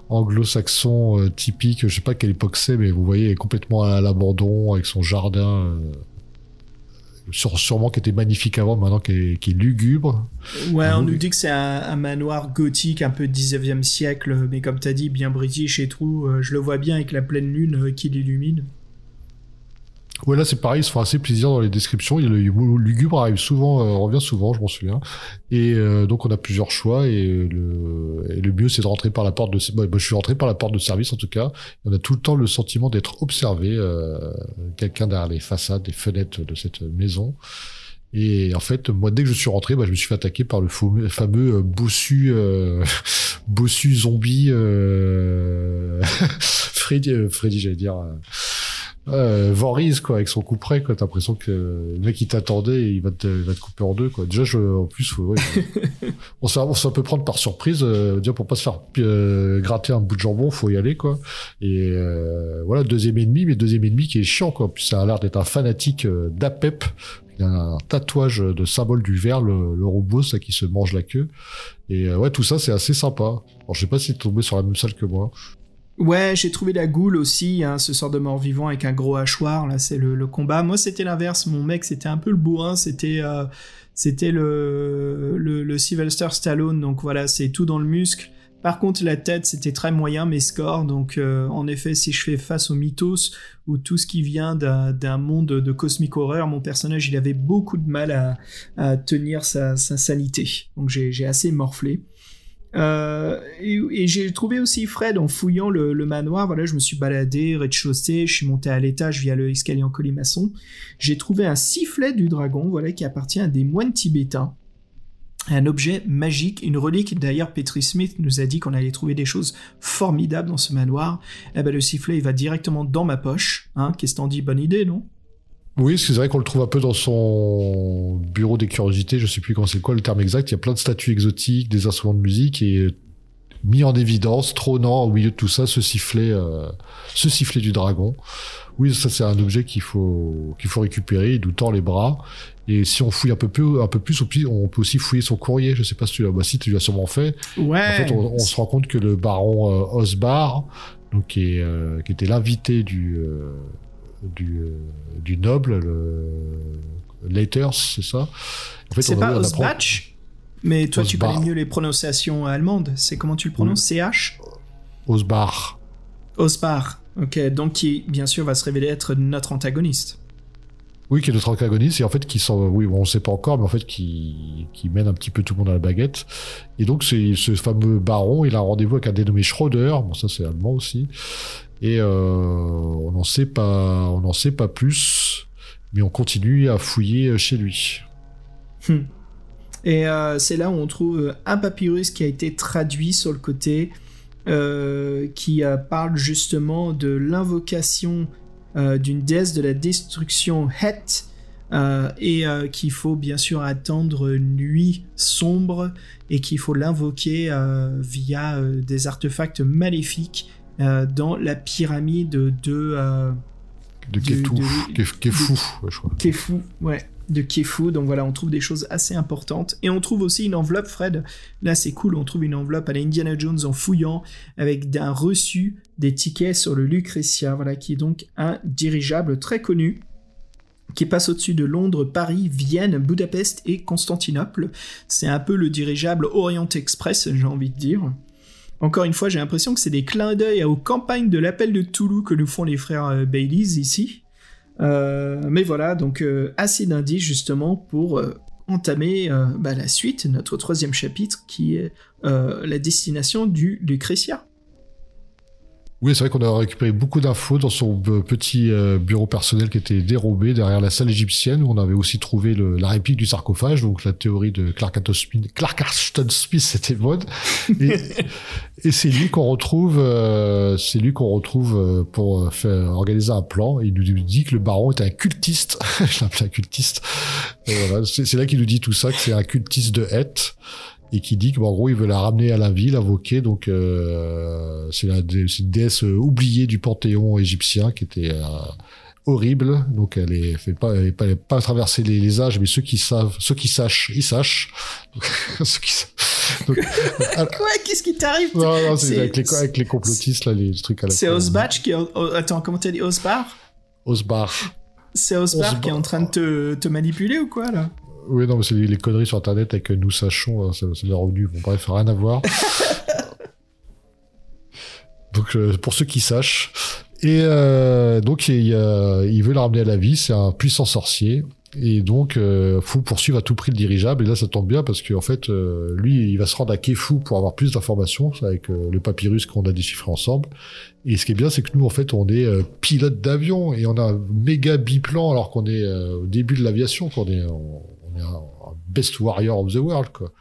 anglo-saxon typique. Je sais pas quelle époque c'est, mais vous voyez, complètement à l'abandon, avec son jardin, sûrement qui était magnifique avant, maintenant qui est lugubre. Ouais, on nous dit que c'est un manoir gothique, un peu 19e siècle, mais comme t'as dit, bien british et tout. Je le vois bien avec la pleine lune qui l'illumine. Ouais, là c'est pareil, ils se font assez plaisir dans les descriptions. Le mot lugubre arrive souvent, revient souvent, je m'en souviens. Et donc on a plusieurs choix, et le mieux c'est de rentrer par la porte de. Moi je suis rentré par la porte de service en tout cas. On a tout le temps le sentiment d'être observé, quelqu'un derrière les façades, les fenêtres de cette maison. Et en fait, moi dès que je suis rentré, je me suis fait attaquer par le fameux bossu zombie Freddy, j'allais dire. Vorriz, quoi, avec son coup près, quoi. T'as l'impression que le mec il t'attendait et il va te couper en deux, quoi. Déjà, en plus, on s'en peut prendre par surprise, dire pour pas se faire gratter un bout de jambon, faut y aller, quoi. Et voilà, deuxième ennemi qui est chiant, quoi. Puis ça a l'air d'être un fanatique d'Apep. Il a un tatouage de symbole du ver, le robot, ça, qui se mange la queue. Et ouais, tout ça, c'est assez sympa. Alors, je sais pas si t'es tombé sur la même salle que moi. Ouais, j'ai trouvé la goule aussi, hein, ce sort de mort-vivant avec un gros hachoir, là c'est le combat. Moi c'était l'inverse, mon mec c'était un peu le bourrin, c'était le Sylvester Stallone, donc voilà, c'est tout dans le muscle. Par contre la tête c'était très moyen mes scores, donc en effet si je fais face aux mythos ou tout ce qui vient d'un monde de cosmic horror, mon personnage il avait beaucoup de mal à tenir sa sanité, donc j'ai assez morflé. Et j'ai trouvé aussi Fred en fouillant le manoir. Voilà, je me suis baladé rez-de-chaussée, je suis monté à l'étage via le escalier en colimaçon. J'ai trouvé un sifflet du dragon, voilà, qui appartient à des moines tibétains. Un objet magique, une relique. D'ailleurs, Petri Smith nous a dit qu'on allait trouver des choses formidables dans ce manoir. Eh ben, le sifflet, il va directement dans ma poche. Hein, qu'est-ce que t'en dis? Bonne idée, non? Oui, c'est vrai qu'on le trouve un peu dans son bureau des curiosités, je sais plus comment c'est quoi le terme exact. Il y a plein de statues exotiques, des instruments de musique, et mis en évidence, trônant au milieu de tout ça, ce sifflet du dragon. Oui, ça c'est un objet qu'il faut récupérer, il nous tord les bras. Et si on fouille un peu plus, on peut aussi fouiller son courrier. Je sais pas si tu l'as sûrement fait. Ouais. En fait, on se rend compte que le baron Osbar, donc qui était l'invité du noble, le Letters, c'est ça. En fait, c'est pas Osbach, mais toi tu connais mieux les prononciations allemandes. C'est comment tu le prononces? CH? Osbar. Ok, donc qui bien sûr va se révéler être notre antagoniste. Oui, qui est notre antagoniste, et en fait on sait pas encore, mais en fait qui mène un petit peu tout le monde à la baguette. Et donc c'est ce fameux baron, il a un rendez-vous avec un dénommé Schroeder, bon ça c'est allemand aussi. Et on n'en sait pas plus, mais on continue à fouiller chez lui. Et c'est là où on trouve un papyrus qui a été traduit sur le côté, qui parle justement de l'invocation d'une déesse de la destruction Het, et qu'il faut bien sûr attendre nuit sombre, et qu'il faut l'invoquer via des artefacts maléfiques dans la pyramide de Khéfou, ouais, de Khéfou. Donc voilà, on trouve des choses assez importantes, et on trouve aussi une enveloppe, Fred. Là c'est cool, on trouve une enveloppe à la Indiana Jones en fouillant, avec un reçu des tickets sur le Lucretia, voilà, qui est donc un dirigeable très connu qui passe au-dessus de Londres, Paris, Vienne, Budapest et Constantinople. C'est un peu le dirigeable Orient Express, j'ai envie de dire. Encore une fois, j'ai l'impression que c'est des clins d'œil aux campagnes de l'appel de Toulouse que nous font les frères Baileys ici. Mais voilà, donc assez d'indices justement pour entamer la suite, notre troisième chapitre, qui est la destination du Lucretia. Oui, c'est vrai qu'on a récupéré beaucoup d'infos dans son petit bureau personnel qui était dérobé derrière la salle égyptienne, où on avait aussi trouvé la réplique du sarcophage, donc la théorie de Clark Ashton Smith, c'était bonne. Et c'est lui qu'on retrouve, pour organiser un plan. Et il nous dit que le baron est un cultiste. Je l'appelle un cultiste. Et voilà, c'est là qu'il nous dit tout ça, que c'est un cultiste de Het. Et qui dit qu'en gros il veut la ramener à la vie, l'invoquer, donc c'est une déesse oubliée du panthéon égyptien qui était horrible, donc elle pas traverser les âges, mais ceux qui sachent. Donc, Donc, Quoi? Qu'est-ce qui t'arrive? Non, c'est avec les complotistes, là, les trucs à la... C'est Osbach qui... Attends, comment t'as dit? Osbar? C'est Osbar qui est en train de te manipuler ou quoi, là? Oui, non, mais c'est les conneries sur Internet avec nous sachons, ça m'est revenu. Bon, bref, rien à voir. Donc, pour ceux qui sachent. Et donc, il veut le ramener à la vie, c'est un puissant sorcier. Et donc, faut poursuivre à tout prix le dirigeable. Et là, ça tombe bien parce qu'en fait, lui, il va se rendre à Kefou pour avoir plus d'informations avec le papyrus qu'on a déchiffré ensemble. Et ce qui est bien, c'est que nous, en fait, on est pilote d'avion et on a un méga biplan alors qu'on est au début de l'aviation, qu'on est un best warrior of the world, quoi.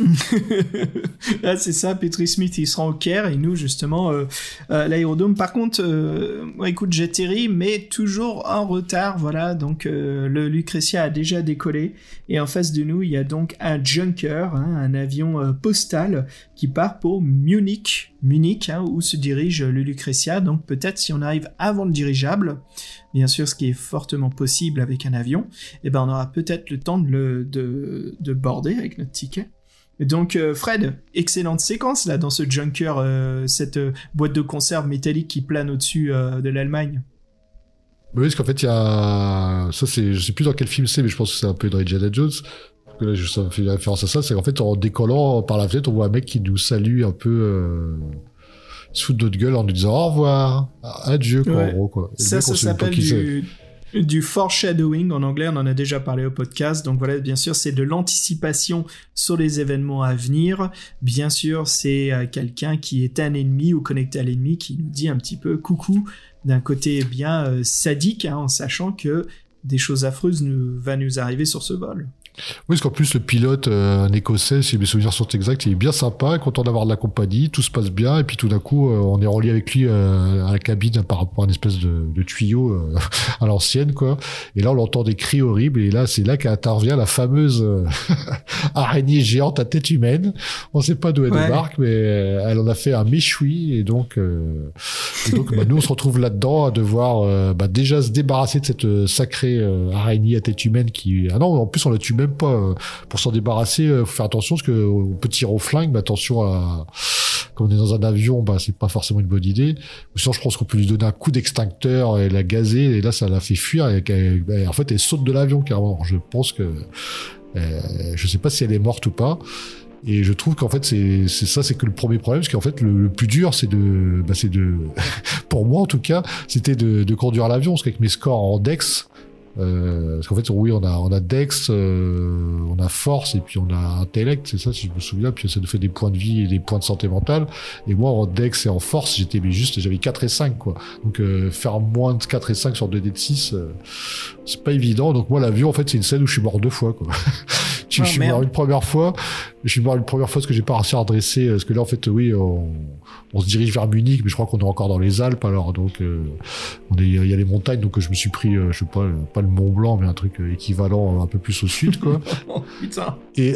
Là, c'est ça, Petri Smith il sera au Caire et nous justement l'aérodrome. Par contre écoute, j'atterris mais toujours en retard, voilà, donc le Lucretia a déjà décollé et en face de nous il y a donc un Junker, un avion postal qui part pour Munich, où se dirige le Lucretia. Donc peut-être si on arrive avant le dirigeable, bien sûr, ce qui est fortement possible avec un avion, et ben on aura peut-être le temps de border avec notre ticket. Donc Fred, excellente séquence là dans ce Junker, cette boîte de conserve métallique qui plane au-dessus de l'Allemagne. Oui, parce qu'en fait il y a ça, je sais plus dans quel film c'est, mais je pense que c'est un peu dans Indiana Jones. Parce que là, ça me fait référence à ça, c'est qu'en fait en décollant par la fenêtre, on voit un mec qui nous salue un peu, se fout de notre gueule en nous disant au revoir, adieu, quoi, ouais. En gros, quoi. Et ça s'appelle du foreshadowing en anglais, on en a déjà parlé au podcast. Donc voilà, bien sûr, c'est de l'anticipation sur les événements à venir. Bien sûr, c'est quelqu'un qui est un ennemi ou connecté à l'ennemi qui nous dit un petit peu coucou d'un côté bien sadique, en sachant que des choses affreuses va nous arriver sur ce vol. Oui, parce qu'en plus, le pilote, un Écossais, si mes souvenirs sont exacts, il est bien sympa, content d'avoir de la compagnie, tout se passe bien, et puis tout d'un coup, on est relié avec lui à la cabine par rapport à une espèce de tuyau à l'ancienne, quoi. Et là, on entend des cris horribles, et là, c'est là qu'intervient la fameuse araignée géante à tête humaine. On sait pas d'où elle débarque, mais elle en a fait un méchoui, et donc nous, on se retrouve là-dedans à devoir déjà se débarrasser de cette sacrée araignée à tête humaine qui... Ah non, en plus, on la tue même pas. Pour s'en débarrasser, faut faire attention parce que on peut tirer au flingue, mais attention à... Quand on est dans un avion, c'est pas forcément une bonne idée. Ou sinon, je pense qu'on peut lui donner un coup d'extincteur et la gazer, et là, ça la fait fuir, et en fait, elle saute de l'avion, carrément. Je pense que... je sais pas si elle est morte ou pas. Et je trouve qu'en fait, c'est que le premier problème, parce qu'en fait, le plus dur, c'est de pour moi, en tout cas, c'était de conduire l'avion, parce qu'avec mes scores en Dex, parce qu'en fait, oui, on a Dex, on a Force, et puis on a Intellect, c'est ça, si je me souviens, puis ça nous fait des points de vie et des points de santé mentale. Et moi, en Dex et en Force, j'avais 4 et 5, quoi. Donc, faire moins de 4 et 5 sur 2 dés de 6, c'est pas évident. Donc, moi, l'avion, en fait, c'est une scène où je suis mort 2 fois, quoi. Je suis mort une première fois parce que j'ai pas réussi à redresser, parce que là, en fait, oui, on se dirige vers Munich, mais je crois qu'on est encore dans les Alpes, alors, donc, il y a les montagnes, donc je me suis pris, je sais pas le Mont Blanc, mais un truc équivalent un peu plus au sud, quoi. Oh, putain.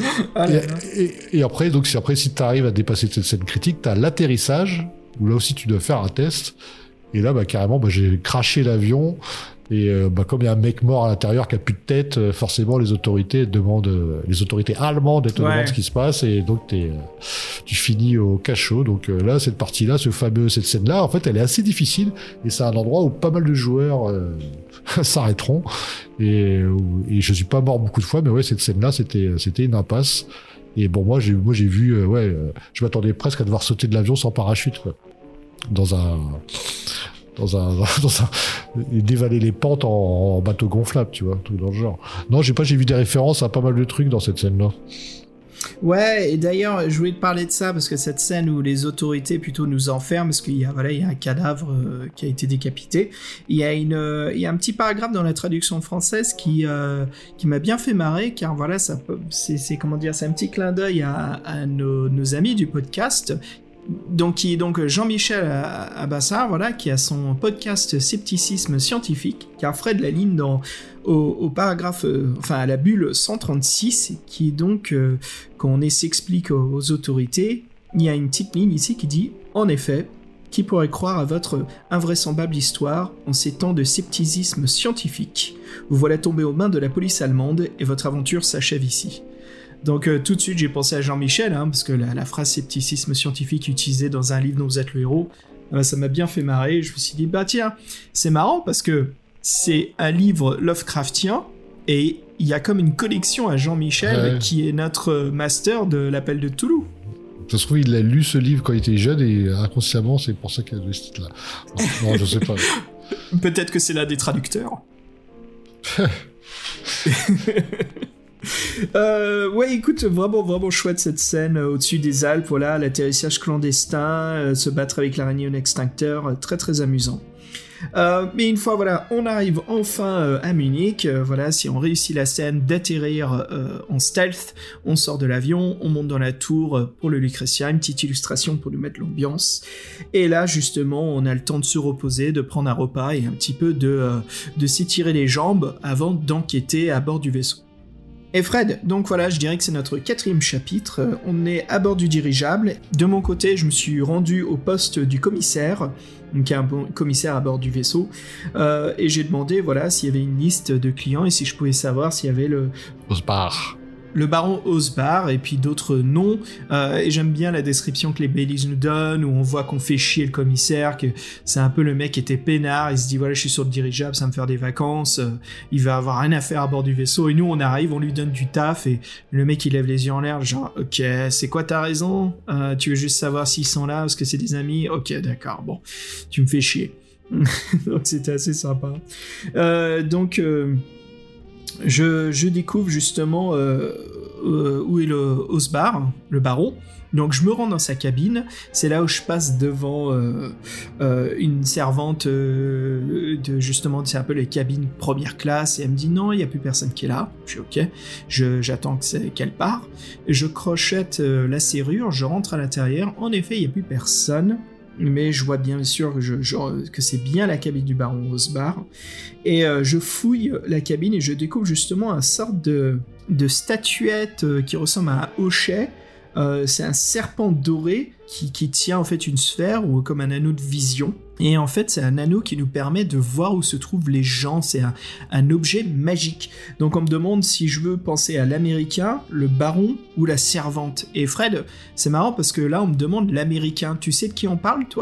Et après, donc, si t'arrives à dépasser cette scène critique, t'as l'atterrissage, où là aussi tu dois faire un test, et là, carrément, j'ai craché l'avion. Et comme il y a un mec mort à l'intérieur qui a plus de tête, forcément les autorités allemandes te demandent ce qui se passe, et donc tu finis au cachot. Donc là, cette partie-là, cette scène-là, en fait, elle est assez difficile, et c'est un endroit où pas mal de joueurs s'arrêteront. Et je suis pas mort beaucoup de fois, mais ouais, cette scène-là, c'était une impasse. Et bon, moi j'ai vu, je m'attendais presque à devoir sauter de l'avion sans parachute, quoi. Et dévaler les pentes en bateau gonflable, tu vois, tout dans le genre. Non, j'ai vu des références à pas mal de trucs dans cette scène-là. Ouais, et d'ailleurs, je voulais te parler de ça, parce que cette scène où les autorités plutôt nous enferment, parce qu'il y a un cadavre qui a été décapité, il y a un petit paragraphe dans la traduction française qui m'a bien fait marrer, car voilà, c'est un petit clin d'œil à nos amis du podcast, qui est donc Jean-Michel Abassard, voilà, qui a son podcast Scepticisme scientifique, car Fred la ligne au paragraphe, à la bulle 136, qui est donc, quand on s'explique aux autorités, il y a une petite ligne ici qui dit « En effet, qui pourrait croire à votre invraisemblable histoire en ces temps de scepticisme scientifique ? Vous voilà tombé aux mains de la police allemande et votre aventure s'achève ici. » Donc tout de suite j'ai pensé à Jean-Michel, parce que la phrase scepticisme scientifique utilisée dans un livre dont vous êtes le héros, ça m'a bien fait marrer. Je me suis dit, bah tiens, c'est marrant parce que c'est un livre Lovecraftien, et il y a comme une connexion à Jean-Michel, qui est notre master de l'appel de Cthulhu. Ça se trouve, il a lu ce livre quand il était jeune, et inconsciemment, c'est pour ça qu'il a donné ce titre-là. Non, je sais pas. Peut-être que c'est l'un des traducteurs. Ouais, écoute, vraiment chouette cette scène au-dessus des Alpes, voilà, l'atterrissage clandestin, se battre avec l'araignée en extincteur, très amusant. Mais une fois, voilà, on arrive enfin à Munich, voilà, si on réussit la scène d'atterrir en stealth, on sort de l'avion, on monte dans la tour pour le Lucretia, une petite illustration pour nous mettre l'ambiance, et là, justement, on a le temps de se reposer, de prendre un repas et un petit peu de s'étirer les jambes avant d'enquêter à bord du vaisseau. Et Fred, donc voilà, je dirais que c'est notre 4e chapitre, on est à bord du dirigeable. De mon côté, je me suis rendu au poste du commissaire, donc il y a un commissaire à bord du vaisseau, et j'ai demandé, voilà, s'il y avait une liste de clients et si je pouvais savoir s'il y avait le baron Osbar et puis d'autres noms, et j'aime bien la description que les Baileys nous donnent, où on voit qu'on fait chier le commissaire, que c'est un peu le mec qui était peinard, il se dit voilà, je suis sur le dirigeable, ça va me faire des vacances, il va avoir rien à faire à bord du vaisseau, et nous on arrive, on lui donne du taf, et le mec il lève les yeux en l'air, genre ok, c'est quoi ta raison, tu veux juste savoir s'ils sont là parce que c'est des amis, ok d'accord, bon, tu me fais chier. Donc c'était assez sympa. Je découvre justement où est le Osbar, le baron. Donc je me rends dans sa cabine, c'est là où je passe devant une servante c'est un peu les cabines première classe, et elle me dit non, il n'y a plus personne qui est là. Je suis ok, j'attends qu'elle part, je crochette la serrure, je rentre à l'intérieur, en effet il n'y a plus personne. Mais je vois bien sûr que c'est bien la cabine du baron Osbar, et je fouille la cabine et je découvre justement une sorte de statuette qui ressemble à un hochet. C'est un serpent doré qui tient en fait une sphère ou comme un anneau de vision, et en fait c'est un anneau qui nous permet de voir où se trouvent les gens, c'est un objet magique. Donc on me demande si je veux penser à l'américain, le baron ou la servante, et Fred, c'est marrant parce que là on me demande l'américain, tu sais de qui on parle toi ?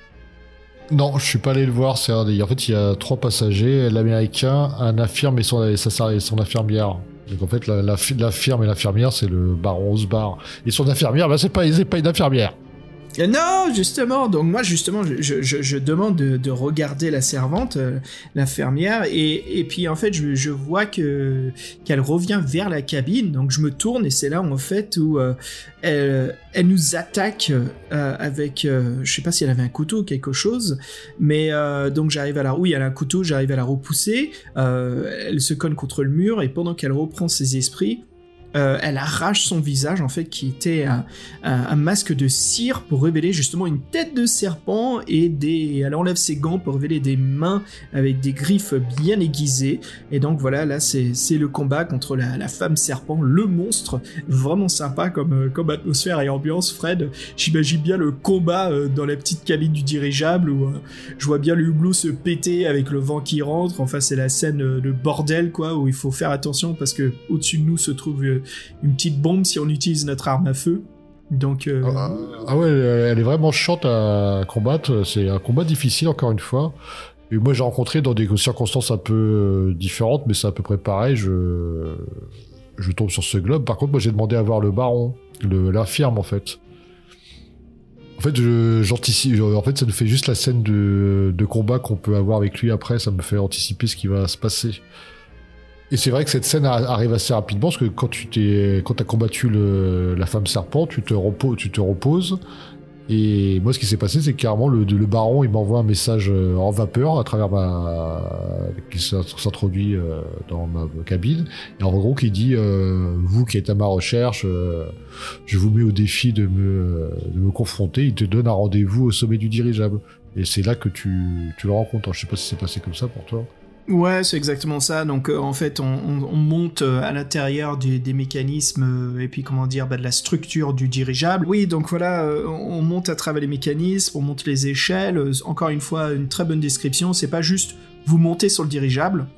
Non, je suis pas allé le voir, en fait il y a 3 passagers, l'américain, un infirme et son infirmière. Donc en fait, l'infirme et l'infirmière, c'est le baron Osbar. Et son infirmière, c'est pas une infirmière. Non, justement. Donc moi, justement, je demande de regarder la servante, l'infirmière, et puis en fait, je vois qu'elle revient vers la cabine. Donc je me tourne et c'est là en fait où elle nous attaque avec, je sais pas si elle avait un couteau ou quelque chose, mais donc j'arrive elle a un couteau, j'arrive à la repousser. Elle se cogne contre le mur et pendant qu'elle reprend ses esprits, elle arrache son visage, en fait, qui était un masque de cire pour révéler justement une tête de serpent, et elle enlève ses gants pour révéler des mains avec des griffes bien aiguisées. Et donc voilà, là c'est le combat contre la femme serpent, le monstre. Vraiment sympa comme atmosphère et ambiance. Fred, j'imagine bien le combat dans la petite cabine du dirigeable où je vois bien le hublot se péter avec le vent qui rentre. Enfin, c'est la scène de bordel, quoi, où il faut faire attention parce que au-dessus de nous se trouve une petite bombe si on utilise notre arme à feu. Donc ah ouais, elle est vraiment chiante à combattre. C'est un combat difficile, encore une fois. Et moi, j'ai rencontré dans des circonstances un peu différentes, mais c'est à peu près pareil. Je tombe sur ce globe. Par contre, moi, j'ai demandé à voir le baron, l'infirme, en fait. En fait, j'anticipe. En fait, ça nous fait juste la scène de combat qu'on peut avoir avec lui après. Ça me fait anticiper ce qui va se passer. Et c'est vrai que cette scène arrive assez rapidement, parce que quand t'as combattu la femme serpent, tu te reposes. Et moi, ce qui s'est passé, c'est que carrément le baron, il m'envoie un message en vapeur à travers qui s'introduit dans ma cabine. Et en gros, qui dit vous qui êtes à ma recherche, je vous mets au défi de me confronter. Il te donne un rendez-vous au sommet du dirigeable. Et c'est là que tu le rencontres. Je sais pas si c'est passé comme ça pour toi. Ouais, c'est exactement ça. Donc en fait, on monte à l'intérieur des mécanismes et puis de la structure du dirigeable. Oui, donc voilà, on monte à travers les mécanismes, on monte les échelles. Encore une fois, une très bonne description. C'est pas juste vous montez sur le dirigeable.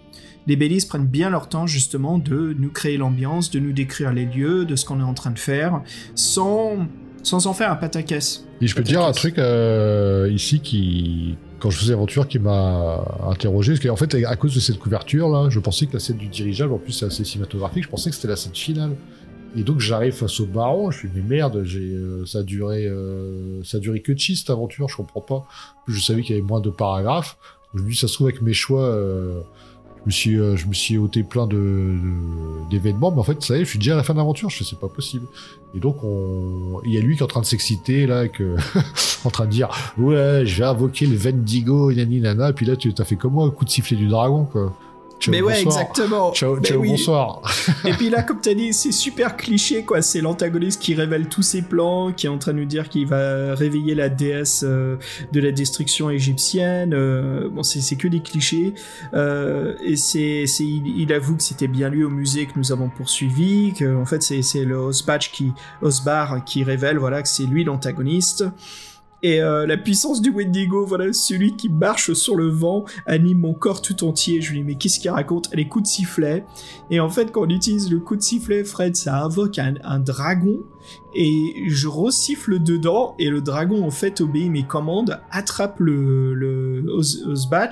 les Baileys prennent bien leur temps justement de nous créer l'ambiance, de nous décrire les lieux, de ce qu'on est en train de faire, sans en faire un pataquès. Et je peux te dire un truc ici quand je faisais l'aventure, qui m'a interrogé, parce qu'en fait, à cause de cette couverture là, je pensais que la scène du dirigeable, en plus c'est assez cinématographique, je pensais que c'était la scène finale. Et donc j'arrive face au baron, je fais mais merde, ça a duré que de cette aventure, je comprends pas. Je savais qu'il y avait moins de paragraphes. Je me dis ça se trouve avec mes choix, je me suis ôté plein d'événements, mais en fait ça y est, je suis déjà à la fin de l'aventure, je fais c'est pas possible. Et donc il y a lui qui est en train de s'exciter là, en train de dire ouais je vais invoquer le Wendigo, nani nana, et puis là tu t'as fait comme moi, un coup de sifflet du dragon quoi. Ciao, mais ouais, bonsoir. exactement. Ciao, oui. Bonsoir. Et puis là, comme t'as dit, c'est super cliché, quoi. C'est l'antagoniste qui révèle tous ses plans, qui est en train de nous dire qu'il va réveiller la déesse de la destruction égyptienne. Bon, c'est que des clichés. Et il avoue que c'était bien lui au musée que nous avons poursuivi, que en fait c'est le Osbar qui révèle, voilà, que c'est lui l'antagoniste. Et la puissance du Wendigo, voilà, celui qui marche sur le vent, anime mon corps tout entier. Je lui dis, mais qu'est-ce qu'il raconte? Les coups de sifflet. Et en fait, quand on utilise le coup de sifflet, Fred, ça invoque un dragon. Et je resiffle dedans, et le dragon, en fait, obéit mes commandes, attrape le Osbar,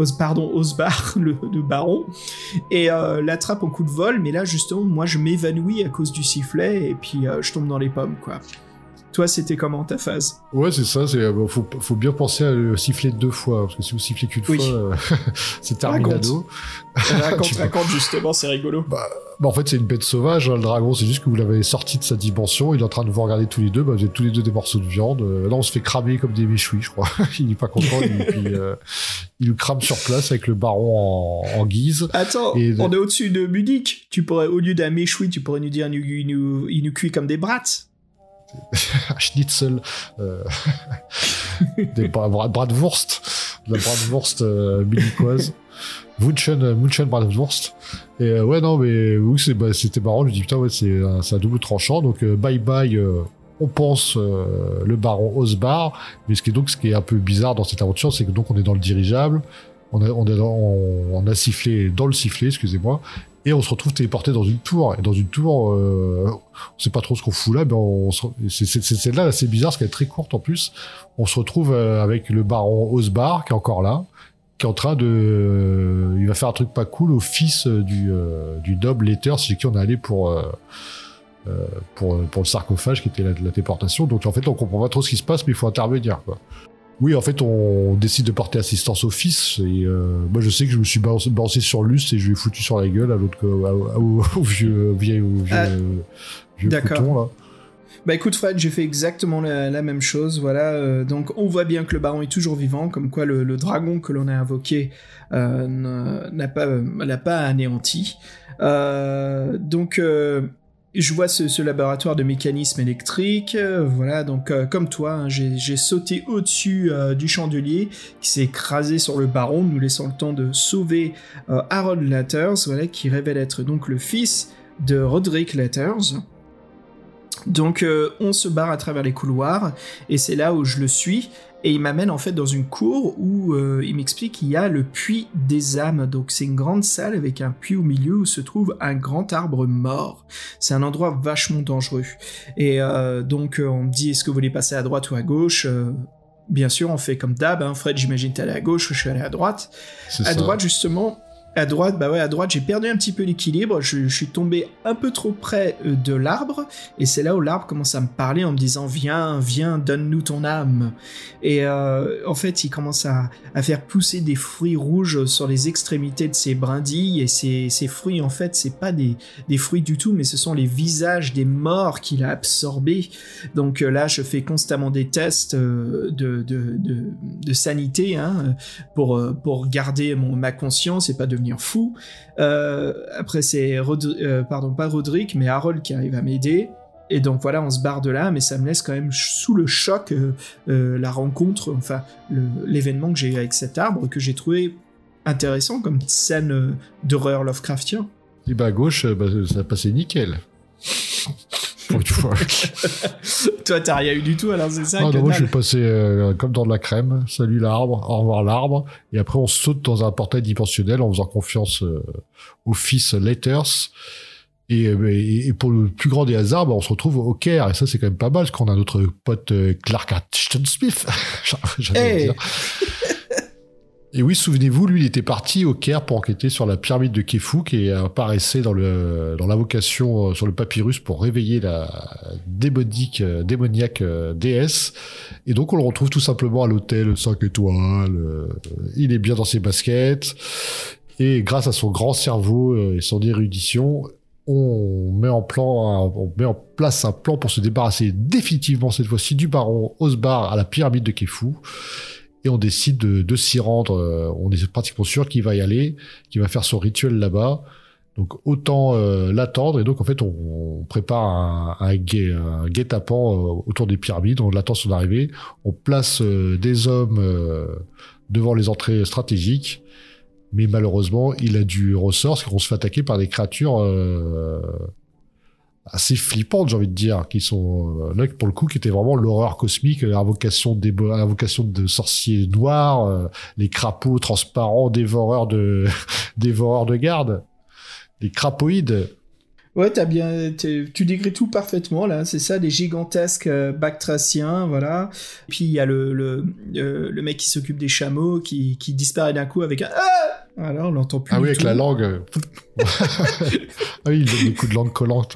le baron, et l'attrape en coup de vol. Mais là, justement, moi, je m'évanouis à cause du sifflet, et puis je tombe dans les pommes, quoi. Toi, c'était comment ta phase? Ouais, c'est ça. Faut bien penser à le siffler 2 fois, parce que si vous sifflez qu'une fois, c'est terminado. Raconte justement, c'est rigolo. Bah, en fait, c'est une bête sauvage, hein, le dragon. C'est juste que vous l'avez sorti de sa dimension. Il est en train de vous regarder tous les deux. Bah, vous êtes tous les deux des morceaux de viande. Là, on se fait cramer comme des méchouis, je crois. Il est pas content. Il nous crame sur place avec le baron en guise. Attends, on est au-dessus de Munich. Tu pourrais, au lieu d'un méchoui, tu pourrais nous dire il nous cuit comme des brats. Schnitzel, des bratwurst, la bratwurst munichoise, Munchen bratwurst. Et ouais, non, mais oui, c'était marrant. Je me dis putain, ouais, c'est un double tranchant. Donc bye bye. On pense le baron Osbar, mais ce qui est un peu bizarre dans cette aventure, c'est que donc on est dans le dirigeable, on a sifflé dans le sifflet, excusez-moi. Et on se retrouve téléporté dans une tour. Et dans une tour, on sait pas trop ce qu'on fout là, mais c'est celle-là assez bizarre, parce qu'elle est très courte en plus. On se retrouve avec le baron Osbar, qui est encore là, qui est en train il va faire un truc pas cool au fils du noble Letter, chez qui on est allé pour le sarcophage, qui était la téléportation. Donc en fait, on comprend pas trop ce qui se passe, mais il faut intervenir, quoi. Oui, en fait, on décide de porter assistance au fils, et moi je sais que je me suis balancé sur Luce et je lui ai foutu sur la gueule à l'autre, au vieux couton, là. Bah écoute Fred, j'ai fait exactement la même chose, voilà, donc on voit bien que le baron est toujours vivant, comme quoi le dragon que l'on a invoqué l'a pas anéanti. Donc je vois ce laboratoire de mécanismes électriques, voilà, donc comme toi, hein, j'ai sauté au-dessus du chandelier qui s'est écrasé sur le baron, nous laissant le temps de sauver Harold Latters, voilà, qui révèle être donc le fils de Roderick Latters. Donc on se barre à travers les couloirs, et c'est là où je le suis, et il m'amène en fait dans une cour où il m'explique qu'il y a le puits des âmes. Donc c'est une grande salle avec un puits au milieu où se trouve un grand arbre mort. C'est un endroit vachement dangereux. Et donc on me dit, est-ce que vous voulez passer à droite ou à gauche? Bien sûr, on fait comme d'hab, hein. Fred, j'imagine t'es allé à gauche, je suis allé à droite. À droite, justement... À droite, j'ai perdu un petit peu l'équilibre, je suis tombé un peu trop près de l'arbre, et c'est là où l'arbre commence à me parler en me disant « Viens, donne-nous ton âme ». Et en fait, il commence à faire pousser des fruits rouges sur les extrémités de ses brindilles, et ces fruits, en fait, c'est pas des fruits du tout, mais ce sont les visages des morts qu'il a absorbés. Donc là, je fais constamment des tests de sanité, hein, pour garder ma conscience et pas devenir fou. Après c'est pas Roderick mais Harold qui arrive à m'aider, et donc voilà, on se barre de là, mais ça me laisse quand même sous le choc la rencontre, enfin l'événement que j'ai eu avec cet arbre, que j'ai trouvé intéressant comme scène d'horreur Lovecraftien. Et à gauche, ça passait nickel. pour une fois. Toi, t'as rien eu du tout, alors c'est ça. Non, moi, je suis passé comme dans de la crème. Salut l'arbre, au revoir l'arbre. Et après, on saute dans un portail dimensionnel en faisant confiance au fils Letters. Et pour le plus grand des hasards, on se retrouve au Caire. Et ça, c'est quand même pas mal, parce qu'on a notre pote Clark Ashton Smith. J'allais dire. Et oui, souvenez-vous, lui, il était parti au Caire pour enquêter sur la pyramide de Khéfou qui apparaissait dans l'invocation sur le papyrus pour réveiller la démoniaque déesse. Et donc, on le retrouve tout simplement à l'hôtel 5 étoiles. Il est bien dans ses baskets. Et grâce à son grand cerveau et son érudition, on met en place un plan pour se débarrasser définitivement cette fois-ci du baron Osbar à la pyramide de Khéfou. Et on décide de s'y rendre. On est pratiquement sûr qu'il va y aller, qu'il va faire son rituel là-bas. Donc autant l'attendre. Et donc en fait, on prépare un guet-apens autour des pyramides. On l'attend son arrivée. On place des hommes devant les entrées stratégiques. Mais malheureusement, il a du ressort parce qu'on se fait attaquer par des créatures assez flippantes, j'ai envie de dire, qui sont là pour le coup qui était vraiment l'horreur cosmique, l'invocation de sorciers noirs, les crapauds transparents, dévoreurs de garde, les crapoïdes. Ouais, tu décris tout parfaitement là, c'est ça, des gigantesques Bactraciens, voilà. Puis il y a le mec qui s'occupe des chameaux qui disparaît d'un coup avec un alors on l'entend plus. Ah oui, avec tout. La langue. Ah oui, il donne des coups de langue collante.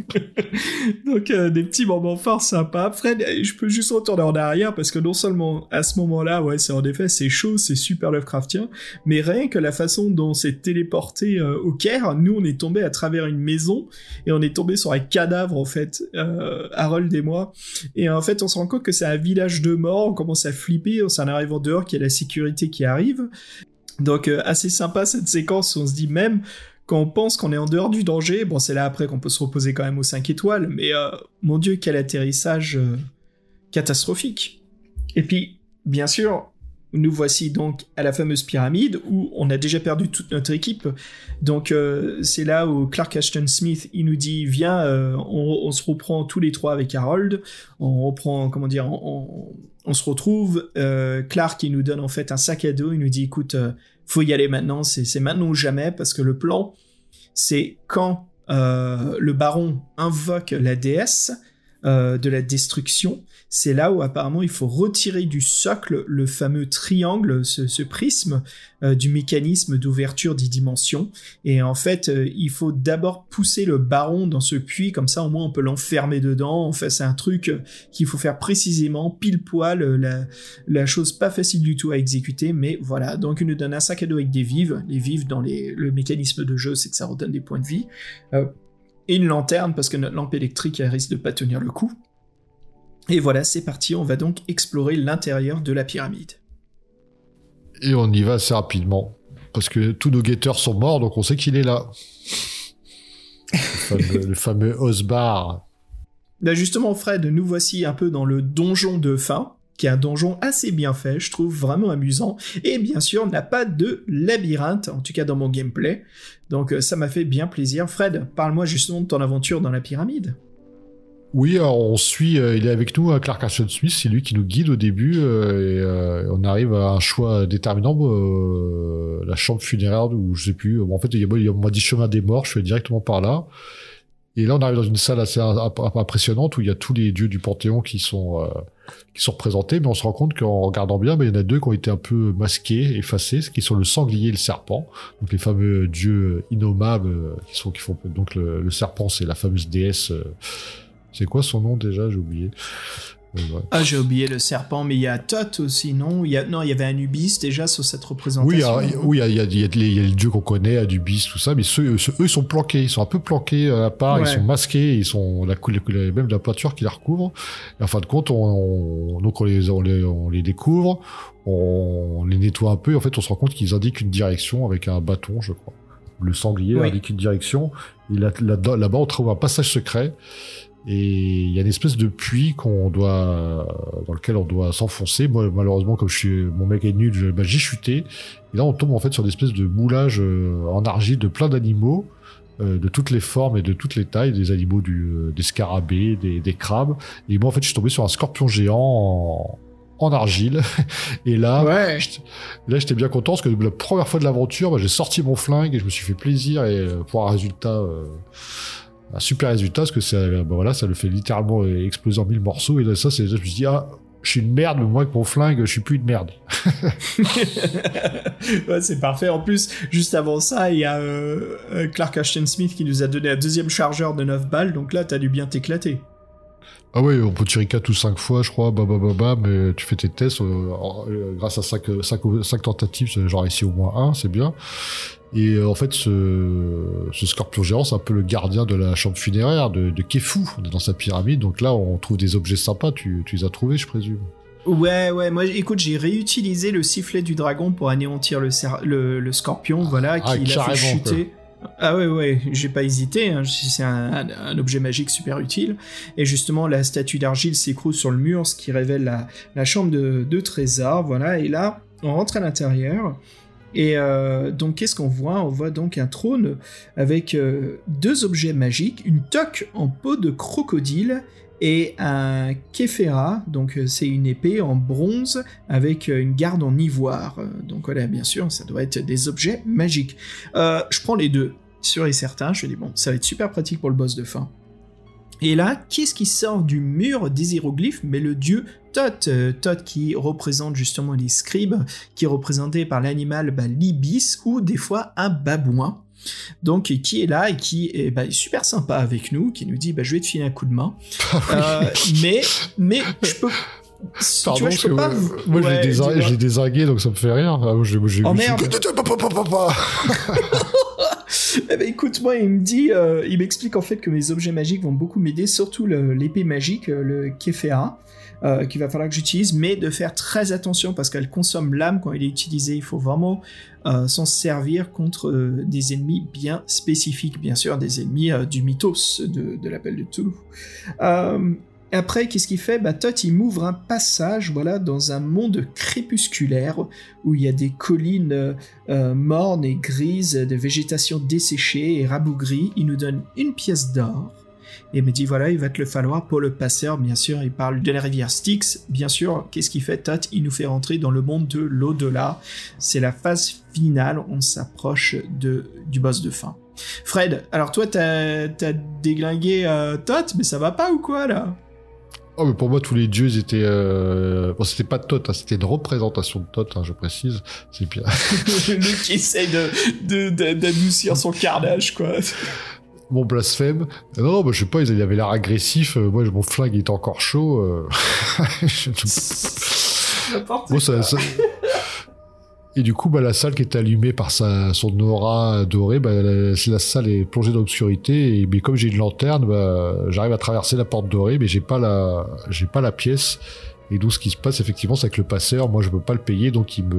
Donc des petits moments forts sympas. Fred, je peux juste retourner en arrière parce que non seulement à ce moment-là, ouais, c'est en effet c'est chaud, c'est super Lovecraftien, mais rien que la façon dont c'est téléporté au Caire, nous on est tombé à travers une maison et on est tombé sur un cadavre en fait, Harold et moi. Et en fait on se rend compte que c'est un village de morts, on commence à flipper, on arrive en dehors qu'il y a la sécurité qui arrive. Donc assez sympa cette séquence où on se dit même quand on pense qu'on est en dehors du danger, bon c'est là après qu'on peut se reposer quand même aux 5 étoiles, mais mon Dieu quel atterrissage catastrophique. Et puis bien sûr nous voici donc à la fameuse pyramide où on a déjà perdu toute notre équipe. Donc c'est là où Clark Ashton Smith il nous dit viens on se reprend tous les trois avec Harold, on reprend on se retrouve, Clark il nous donne en fait un sac à dos, il nous dit écoute faut y aller maintenant, c'est maintenant ou jamais parce que le plan c'est quand le baron invoque la déesse de la destruction, c'est là où apparemment il faut retirer du socle le fameux triangle, ce prisme du mécanisme d'ouverture des dimensions, et en fait il faut d'abord pousser le baron dans ce puits, comme ça au moins on peut l'enfermer dedans. En fait c'est un truc qu'il faut faire précisément, pile poil, la chose pas facile du tout à exécuter, mais voilà. Donc il nous donne un sac à dos avec des vives, les vives dans le mécanisme de jeu c'est que ça redonne des points de vie, et une lanterne parce que notre lampe électrique elle risque de pas tenir le coup. Et voilà, c'est parti, on va donc explorer l'intérieur de la pyramide. Et on y va assez rapidement parce que tous nos guetteurs sont morts, donc on sait qu'il est là. le fameux Osbar. Bah justement Fred, nous voici un peu dans le donjon de fin, qui est un donjon assez bien fait, je trouve vraiment amusant, et bien sûr n'a pas de labyrinthe, en tout cas dans mon gameplay, donc ça m'a fait bien plaisir. Fred, parle-moi justement de ton aventure dans la pyramide. Oui, alors on suit, il est avec nous, Clark Ashton Smith, c'est lui qui nous guide au début, et on arrive à un choix déterminant, la chambre funéraire, ou je sais plus, en fait on m'a dit chemin des morts, je suis directement par là. Et là, on arrive dans une salle assez impressionnante où il y a tous les dieux du Panthéon qui sont représentés, mais on se rend compte qu'en regardant bien, il y en a deux qui ont été un peu masqués, effacés, qui sont le sanglier et le serpent. Donc les fameux dieux innommables qui font donc le serpent, c'est la fameuse déesse. C'est quoi son nom déjà? J'ai oublié. Ouais. Ah, j'ai oublié le serpent, mais il y a Thoth aussi, non? Il y avait Anubis déjà sur cette représentation. Oui, il y a les dieux qu'on connaît, Anubis, tout ça, mais eux, ils sont planqués, ils sont un peu planqués à part, ouais. Ils sont masqués, ils sont même la peinture qui la recouvre. Et en fin de compte, on les découvre, on les nettoie un peu, et en fait, on se rend compte qu'ils indiquent une direction avec un bâton, je crois. Le sanglier indique une direction, et là-bas, on trouve un passage secret. Et il y a une espèce de puits dans lequel on doit s'enfoncer. Moi, malheureusement, comme mon mec est nul, j'ai chuté. Et là, on tombe en fait sur une espèce de moulage en argile de plein d'animaux. de toutes les formes et de toutes les tailles, des animaux des scarabées, des crabes. Et moi, en fait, je suis tombé sur un scorpion géant en argile. Et là, j'étais bien content parce que la première fois de l'aventure, j'ai sorti mon flingue et je me suis fait plaisir et pour un super résultat parce que ça le fait littéralement exploser en 1000 morceaux. Et là, je me suis dit, je suis une merde, mais moi, avec mon flingue, je suis plus une merde. Ouais, c'est parfait. En plus, juste avant ça, il y a Clark Ashton Smith qui nous a donné un deuxième chargeur de 9 balles, donc là, t'as dû bien t'éclater. Ah ouais, on peut tirer 4 ou 5 fois, je crois, mais tu fais tes tests, grâce à 5 tentatives, j'en réussi au moins 1, c'est bien. Et en fait, ce scorpion géant, c'est un peu le gardien de la chambre funéraire de Kefu, on est dans sa pyramide, donc là, on trouve des objets sympas, tu les as trouvés, je présume. Ouais, moi, écoute, j'ai réutilisé le sifflet du dragon pour anéantir le scorpion, qui l'a fait chuter. Quoi. Ah ouais, j'ai pas hésité, hein. C'est un objet magique super utile. Et justement, la statue d'argile s'écroule sur le mur, ce qui révèle la chambre de trésor, et là, on rentre à l'intérieur. Et donc, qu'est-ce qu'on voit ? On voit donc un trône avec 2 objets magiques, une toque en peau de crocodile et un kéfera, donc c'est une épée en bronze avec une garde en ivoire. Donc voilà, bien sûr, ça doit être des objets magiques. Je prends les 2, sûr et certain, je me dis bon, ça va être super pratique pour le boss de fin. Et là, qu'est-ce qui sort du mur des hiéroglyphes ? Mais le dieu Thoth, qui représente justement les scribes, qui est représenté par l'animal l'ibis ou des fois un babouin. Donc, qui est là et qui est super sympa avec nous, qui nous dit je vais te filer un coup de main. Mais je peux. Pardon, tu vois, je peux pas. Moi, je l'ai désingué, donc ça me fait rire. Oh merde! Écoute, moi, il m'explique en fait que mes objets magiques vont beaucoup m'aider, surtout l'épée magique, le kéfera, qu'il va falloir que j'utilise, mais de faire très attention parce qu'elle consomme l'âme quand elle est utilisée. Il faut vraiment s'en servir contre des ennemis bien spécifiques, bien sûr, des ennemis du mythos de l'appel de Cthulhu. Après, qu'est-ce qu'il fait ? Thoth, il m'ouvre un passage, dans un monde crépusculaire où il y a des collines mornes et grises, de végétation desséchée et rabougrie. Il nous donne une pièce d'or et me dit il va te le falloir pour le passeur. Bien sûr, il parle de la rivière Styx. Bien sûr, qu'est-ce qu'il fait, Thoth ? Il nous fait rentrer dans le monde de l'au-delà. C'est la phase finale. On s'approche du boss de fin. Fred, alors toi, t'as déglingué Thoth, mais ça va pas ou quoi là ? Oh, mais pour moi, tous les dieux, ils étaient... Bon, c'était pas Thoth, c'était une représentation de Thoth, je précise. C'est bien. Luc qui essaye d'adoucir son carnage, quoi. Mon blasphème. Non, je sais pas, il avait l'air agressif. Moi, mon flingue était encore chaud. Bon, ça... Et du coup, la salle qui était allumée par son aura dorée, la salle est plongée dans l'obscurité. Mais comme j'ai une lanterne, j'arrive à traverser la porte dorée, mais j'ai pas la pièce. Et donc, ce qui se passe, effectivement, c'est que le passeur, moi, je peux pas le payer, donc il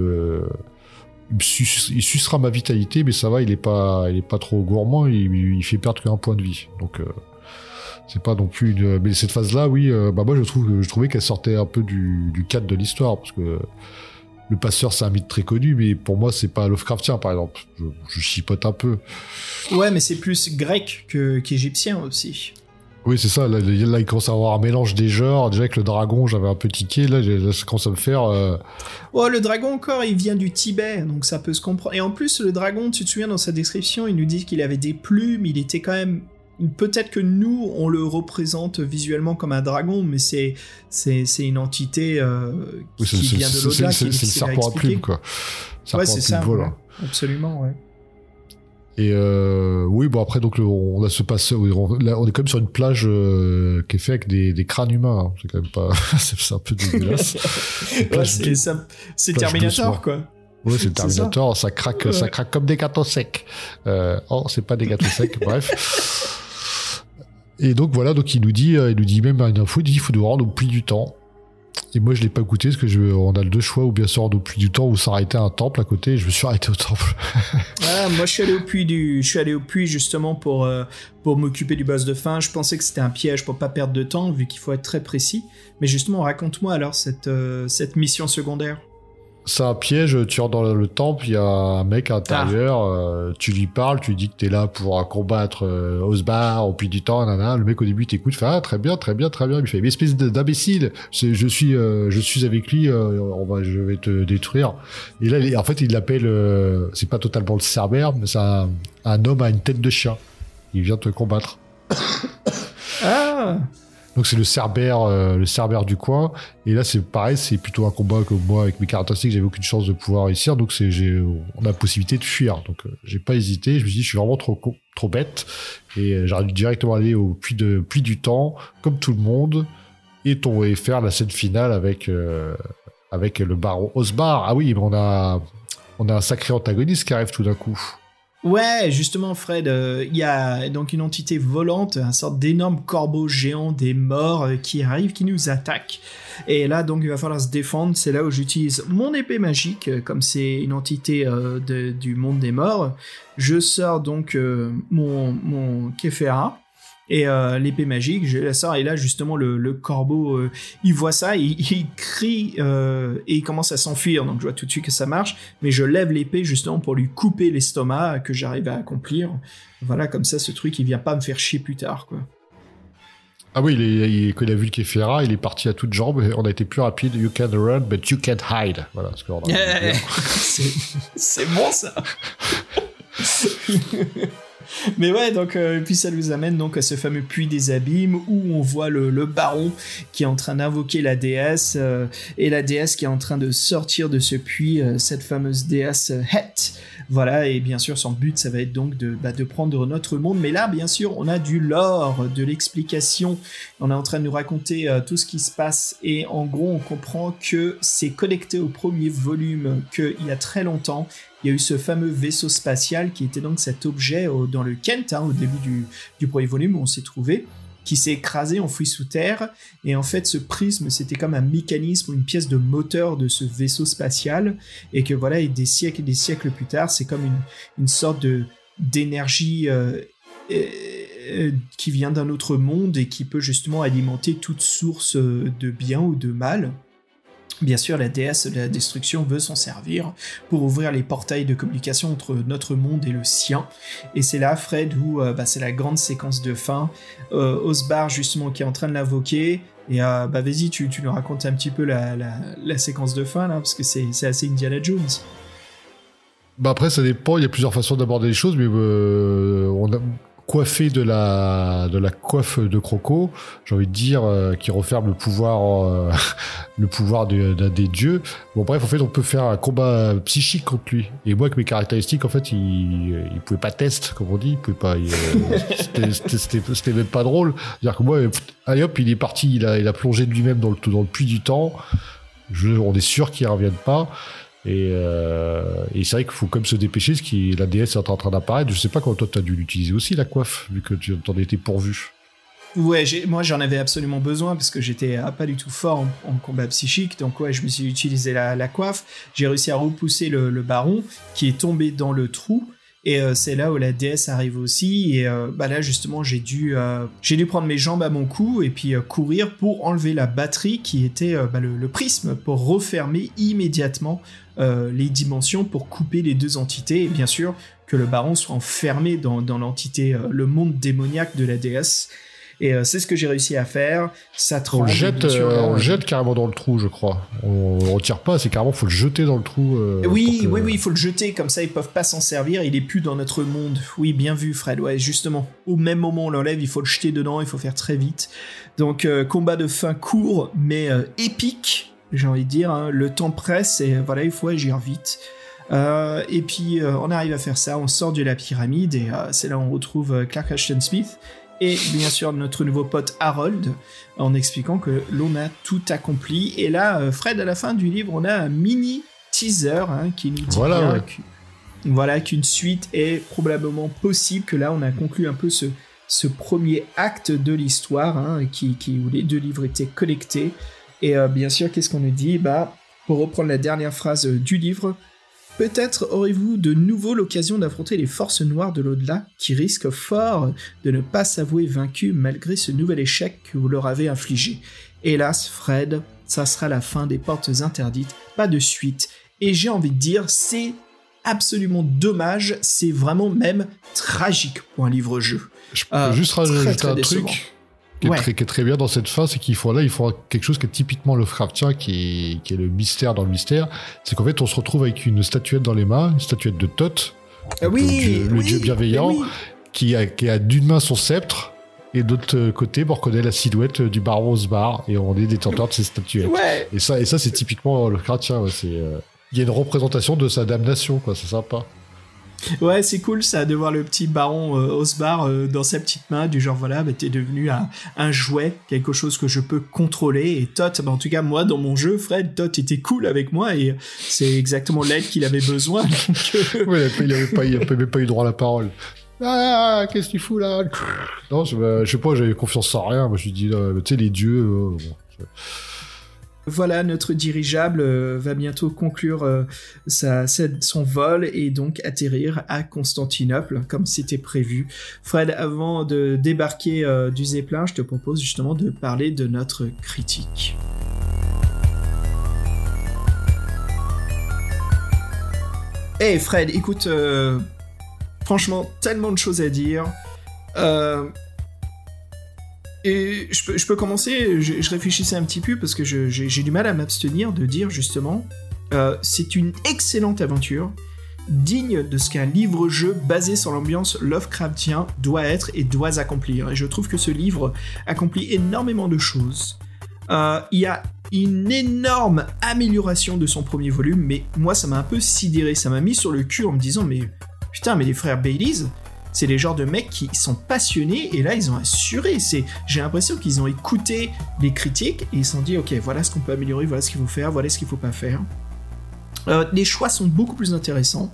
sucera ma vitalité, mais ça va, il est pas trop gourmand, il fait perdre qu'un point de vie. Donc, c'est pas non plus mais cette phase-là, oui, moi, je trouvais qu'elle sortait un peu du cadre de l'histoire, parce que le passeur, c'est un mythe très connu, mais pour moi, c'est pas Lovecraftien, par exemple. Je chipote un peu. Ouais, mais c'est plus grec qu'égyptien aussi. Oui, c'est ça. Là, il commence à avoir un mélange des genres. Déjà, avec le dragon, j'avais un peu tiqué. Là, ça commence à me faire... Oh, le dragon, encore, il vient du Tibet, donc ça peut se comprendre. Et en plus, le dragon, tu te souviens, dans sa description, il nous dit qu'il avait des plumes, il était quand même... Peut-être que nous, on le représente visuellement comme un dragon, mais c'est une entité qui vient de l'au-delà. C'est le serpent à plumes, quoi. Ouais, c'est ça. Ouais. Absolument, ouais. Et oui, après, donc, on a ce passeur, on est quand même sur une plage qui est faite avec des crânes humains. Hein. C'est quand même pas... c'est un peu dégueulasse. C'est Terminator, quoi. Ouais, c'est Terminator, ça craque comme des gâteaux secs. C'est pas des gâteaux secs, bref. Et donc voilà, il nous dit même une info, il faut nous rendre au puits du temps. Et moi je l'ai pas goûté parce que on a le 2 choix, ou bien se rendre au puits du temps ou s'arrêter à un temple à côté, et je me suis arrêté au temple. Moi je suis allé au puits justement pour m'occuper du boss de fin. Je pensais que c'était un piège pour pas perdre de temps vu qu'il faut être très précis. Mais justement, raconte-moi alors cette mission secondaire. C'est un piège, tu rentres dans le temple, il y a un mec à l'intérieur, tu lui parles, tu lui dis que t'es là pour combattre Osbar au puits du temps, nanana. Le mec au début t'écoute, fait très bien, très bien, très bien. Il fait mais espèce d'imbécile, je suis avec lui, je vais te détruire. Et là, en fait, il l'appelle, c'est pas totalement le Cerbère, mais c'est un homme à une tête de chien. Il vient te combattre. Ah. Donc c'est le Cerbère du coin. Et là c'est pareil, c'est plutôt un combat que moi avec mes caractéristiques j'avais aucune chance de pouvoir réussir. Donc on a la possibilité de fuir. Donc j'ai pas hésité. Je me suis dit je suis vraiment trop bête et j'aurais dû directement aller au puits du temps comme tout le monde et faire la scène finale avec le baron Osbar. Ah oui, mais on a un sacré antagoniste qui arrive tout d'un coup. Ouais, justement, Fred, il y a donc une entité volante, une sorte d'énorme corbeau géant des morts qui arrive, qui nous attaque. Et là, donc, il va falloir se défendre. C'est là où j'utilise mon épée magique, comme c'est une entité du monde des morts. Je sors donc mon Kefera. Et l'épée magique, je la sors, et là justement le corbeau, il voit ça, il crie et il commence à s'enfuir, donc je vois tout de suite que ça marche, mais je lève l'épée justement pour lui couper l'estomac, que j'arrive à accomplir. Voilà, comme ça ce truc il vient pas me faire chier plus tard, quoi. Ah oui, quand il a vu le Kefera, il est parti à toutes jambes, et on a été plus rapide. You can run, but you can't hide. Voilà, ce qu'on a c'est bon ça. Mais ouais, donc puis ça nous amène donc à ce fameux puits des abîmes où on voit le baron qui est en train d'invoquer la déesse et la déesse qui est en train de sortir de ce puits, cette fameuse déesse Het. Voilà, et bien sûr son but ça va être donc de prendre notre monde, mais là bien sûr on a du lore, de l'explication, on est en train de nous raconter tout ce qui se passe, et en gros on comprend que c'est connecté au premier volume, qu'il y a très longtemps il y a eu ce fameux vaisseau spatial qui était donc cet objet dans le Kent, au début du premier volume où on s'est trouvé, qui s'est écrasé, enfoui sous terre, et en fait ce prisme c'était comme un mécanisme ou une pièce de moteur de ce vaisseau spatial, et que voilà, et des siècles plus tard, c'est comme une sorte d'énergie qui vient d'un autre monde et qui peut justement alimenter toute source de bien ou de mal. Bien sûr, la déesse de la destruction veut s'en servir pour ouvrir les portails de communication entre notre monde et le sien. Et c'est là, Fred, où c'est la grande séquence de fin. Osbar, justement, qui est en train de l'invoquer. Et vas-y, tu nous racontes un petit peu la séquence de fin, là, parce que c'est assez Indiana Jones. Après, ça dépend. Il y a plusieurs façons d'aborder les choses, mais on a coiffé de la coiffe de Croco, j'ai envie de dire, qui referme le pouvoir des dieux. Bon bref, en fait, on peut faire un combat psychique contre lui. Et moi, avec mes caractéristiques, en fait, il pouvait pas test, comme on dit, il pouvait pas. C'était même pas drôle. C'est-à-dire que moi, allez hop, il est parti, il a plongé de lui-même dans le puits du temps. On est sûr qu'il ne revienne pas. Et c'est vrai qu'il faut quand même se dépêcher, parce que la déesse est en train d'apparaître. Je sais pas quand toi t'as dû l'utiliser aussi, la coiffe, vu que tu t'en étais pourvu. Ouais, moi j'en avais absolument besoin, parce que j'étais pas du tout fort en combat psychique, donc ouais, je me suis utilisé la coiffe. J'ai réussi à repousser le baron, qui est tombé dans le trou. Et c'est là où la déesse arrive aussi, et là justement j'ai dû prendre mes jambes à mon cou et puis courir pour enlever la batterie qui était le prisme, pour refermer immédiatement les dimensions, pour couper les deux entités, et bien sûr que le baron soit enfermé dans l'entité, le monde démoniaque de la déesse. Et c'est ce que j'ai réussi à faire. Ça tremble. On le jette carrément dans le trou, je crois. On le retire pas, c'est carrément, faut le jeter dans le trou. Oui, il faut le jeter, comme ça ils peuvent pas s'en servir, il est plus dans notre monde. Oui, bien vu, Fred, ouais, justement. Au même moment où on l'enlève, il faut le jeter dedans, il faut faire très vite. Donc, combat de fin court, mais épique, j'ai envie de dire, hein. Le temps presse, et voilà, il faut agir vite. Et puis, on arrive à faire ça, on sort de la pyramide, et c'est là où on retrouve Clark Ashton Smith, et bien sûr notre nouveau pote Harold, en expliquant que l'on a tout accompli. Et là, Fred, à la fin du livre, on a un mini teaser qui nous dit qu'une suite est probablement possible, que là on a conclu un peu ce premier acte de l'histoire, où les deux livres étaient connectés. Et bien sûr, qu'est-ce qu'on nous dit ? Pour reprendre la dernière phrase du livre, peut-être aurez-vous de nouveau l'occasion d'affronter les forces noires de l'au-delà, qui risquent fort de ne pas s'avouer vaincus malgré ce nouvel échec que vous leur avez infligé. Hélas, Fred, ça sera la fin des portes interdites, pas de suite, Et j'ai envie de dire, c'est absolument dommage, c'est vraiment même tragique pour un livre-jeu. Je peux juste rajouter un décevant. truc qui est très bien dans cette fin, c'est qu'il faut quelque chose qui est typiquement Lovecraftien, qui est le mystère dans le mystère. C'est qu'en fait, on se retrouve avec une statuette dans les mains, une statuette de Thoth, le dieu bienveillant, qui a d'une main son sceptre, et de l'autre côté, on reconnaît la silhouette du baron Osbar, et on est détenteur de ces statuettes. Ouais. Et ça, c'est typiquement Lovecraftien. Ouais, il y a une représentation de sa damnation, quoi. C'est sympa. Ouais, c'est cool ça, de voir le petit baron Osbar dans sa petite main, du genre voilà, t'es devenu un jouet, quelque chose que je peux contrôler. Et Thoth, en tout cas moi dans mon jeu, Fred, Thoth était cool avec moi et c'est exactement l'aide qu'il avait besoin. Donc, ouais, il avait même pas eu droit à la parole. Ah, qu'est-ce que tu fous là? Non, je sais pas, j'avais confiance en rien. Moi, je lui dis, tu sais, les dieux. Voilà, notre dirigeable va bientôt conclure son vol et donc atterrir à Constantinople, comme c'était prévu. Fred, avant de débarquer du Zeppelin, je te propose justement de parler de notre critique. Hey Fred, écoute, franchement, tellement de choses à dire. Et je peux commencer, je réfléchissais un petit peu parce que j'ai du mal à m'abstenir de dire justement, c'est une excellente aventure, digne de ce qu'un livre-jeu basé sur l'ambiance Lovecraftien doit être et doit accomplir. Et je trouve que ce livre accomplit énormément de choses. Il y a une énorme amélioration de son premier volume, mais moi ça m'a un peu sidéré, ça m'a mis sur le cul en me disant mais putain, mais les frères Baileys, c'est les genres de mecs qui sont passionnés et là ils ont assuré. J'ai l'impression qu'ils ont écouté les critiques et ils se sont dit ok, voilà ce qu'on peut améliorer, voilà ce qu'il faut faire, voilà ce qu'il faut pas faire. Les choix sont beaucoup plus intéressants.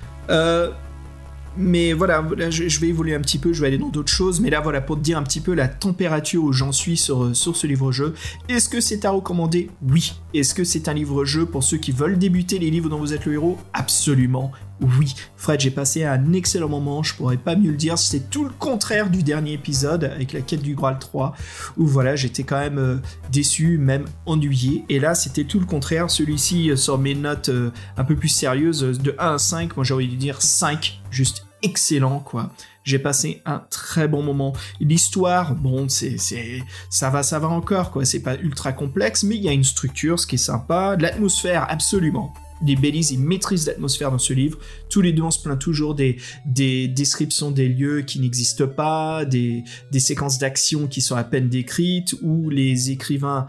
Mais voilà, je vais évoluer un petit peu, je vais aller dans d'autres choses, mais là voilà, pour te dire un petit peu la température où j'en suis sur ce livre-jeu. Est-ce que c'est à recommander? Oui. Est-ce que c'est un livre-jeu pour ceux qui veulent débuter les livres dont vous êtes le héros? Absolument. Oui, Fred, j'ai passé un excellent moment, je pourrais pas mieux le dire, c'est tout le contraire du dernier épisode avec la quête du Graal 3, où voilà, j'étais quand même déçu, même ennuyé, et là c'était tout le contraire, celui-ci sur mes notes un peu plus sérieuses, de 1 à 5, moi j'ai envie de dire 5, juste excellent quoi. J'ai passé un très bon moment. L'histoire, bon, ça va encore quoi, c'est pas ultra complexe, mais il y a une structure, ce qui est sympa, l'atmosphère absolument. Les Baileys, ils maîtrisent l'atmosphère dans ce livre. Tous les deux, on se plaint toujours des descriptions des lieux qui n'existent pas, des séquences d'action qui sont à peine décrites, où les écrivains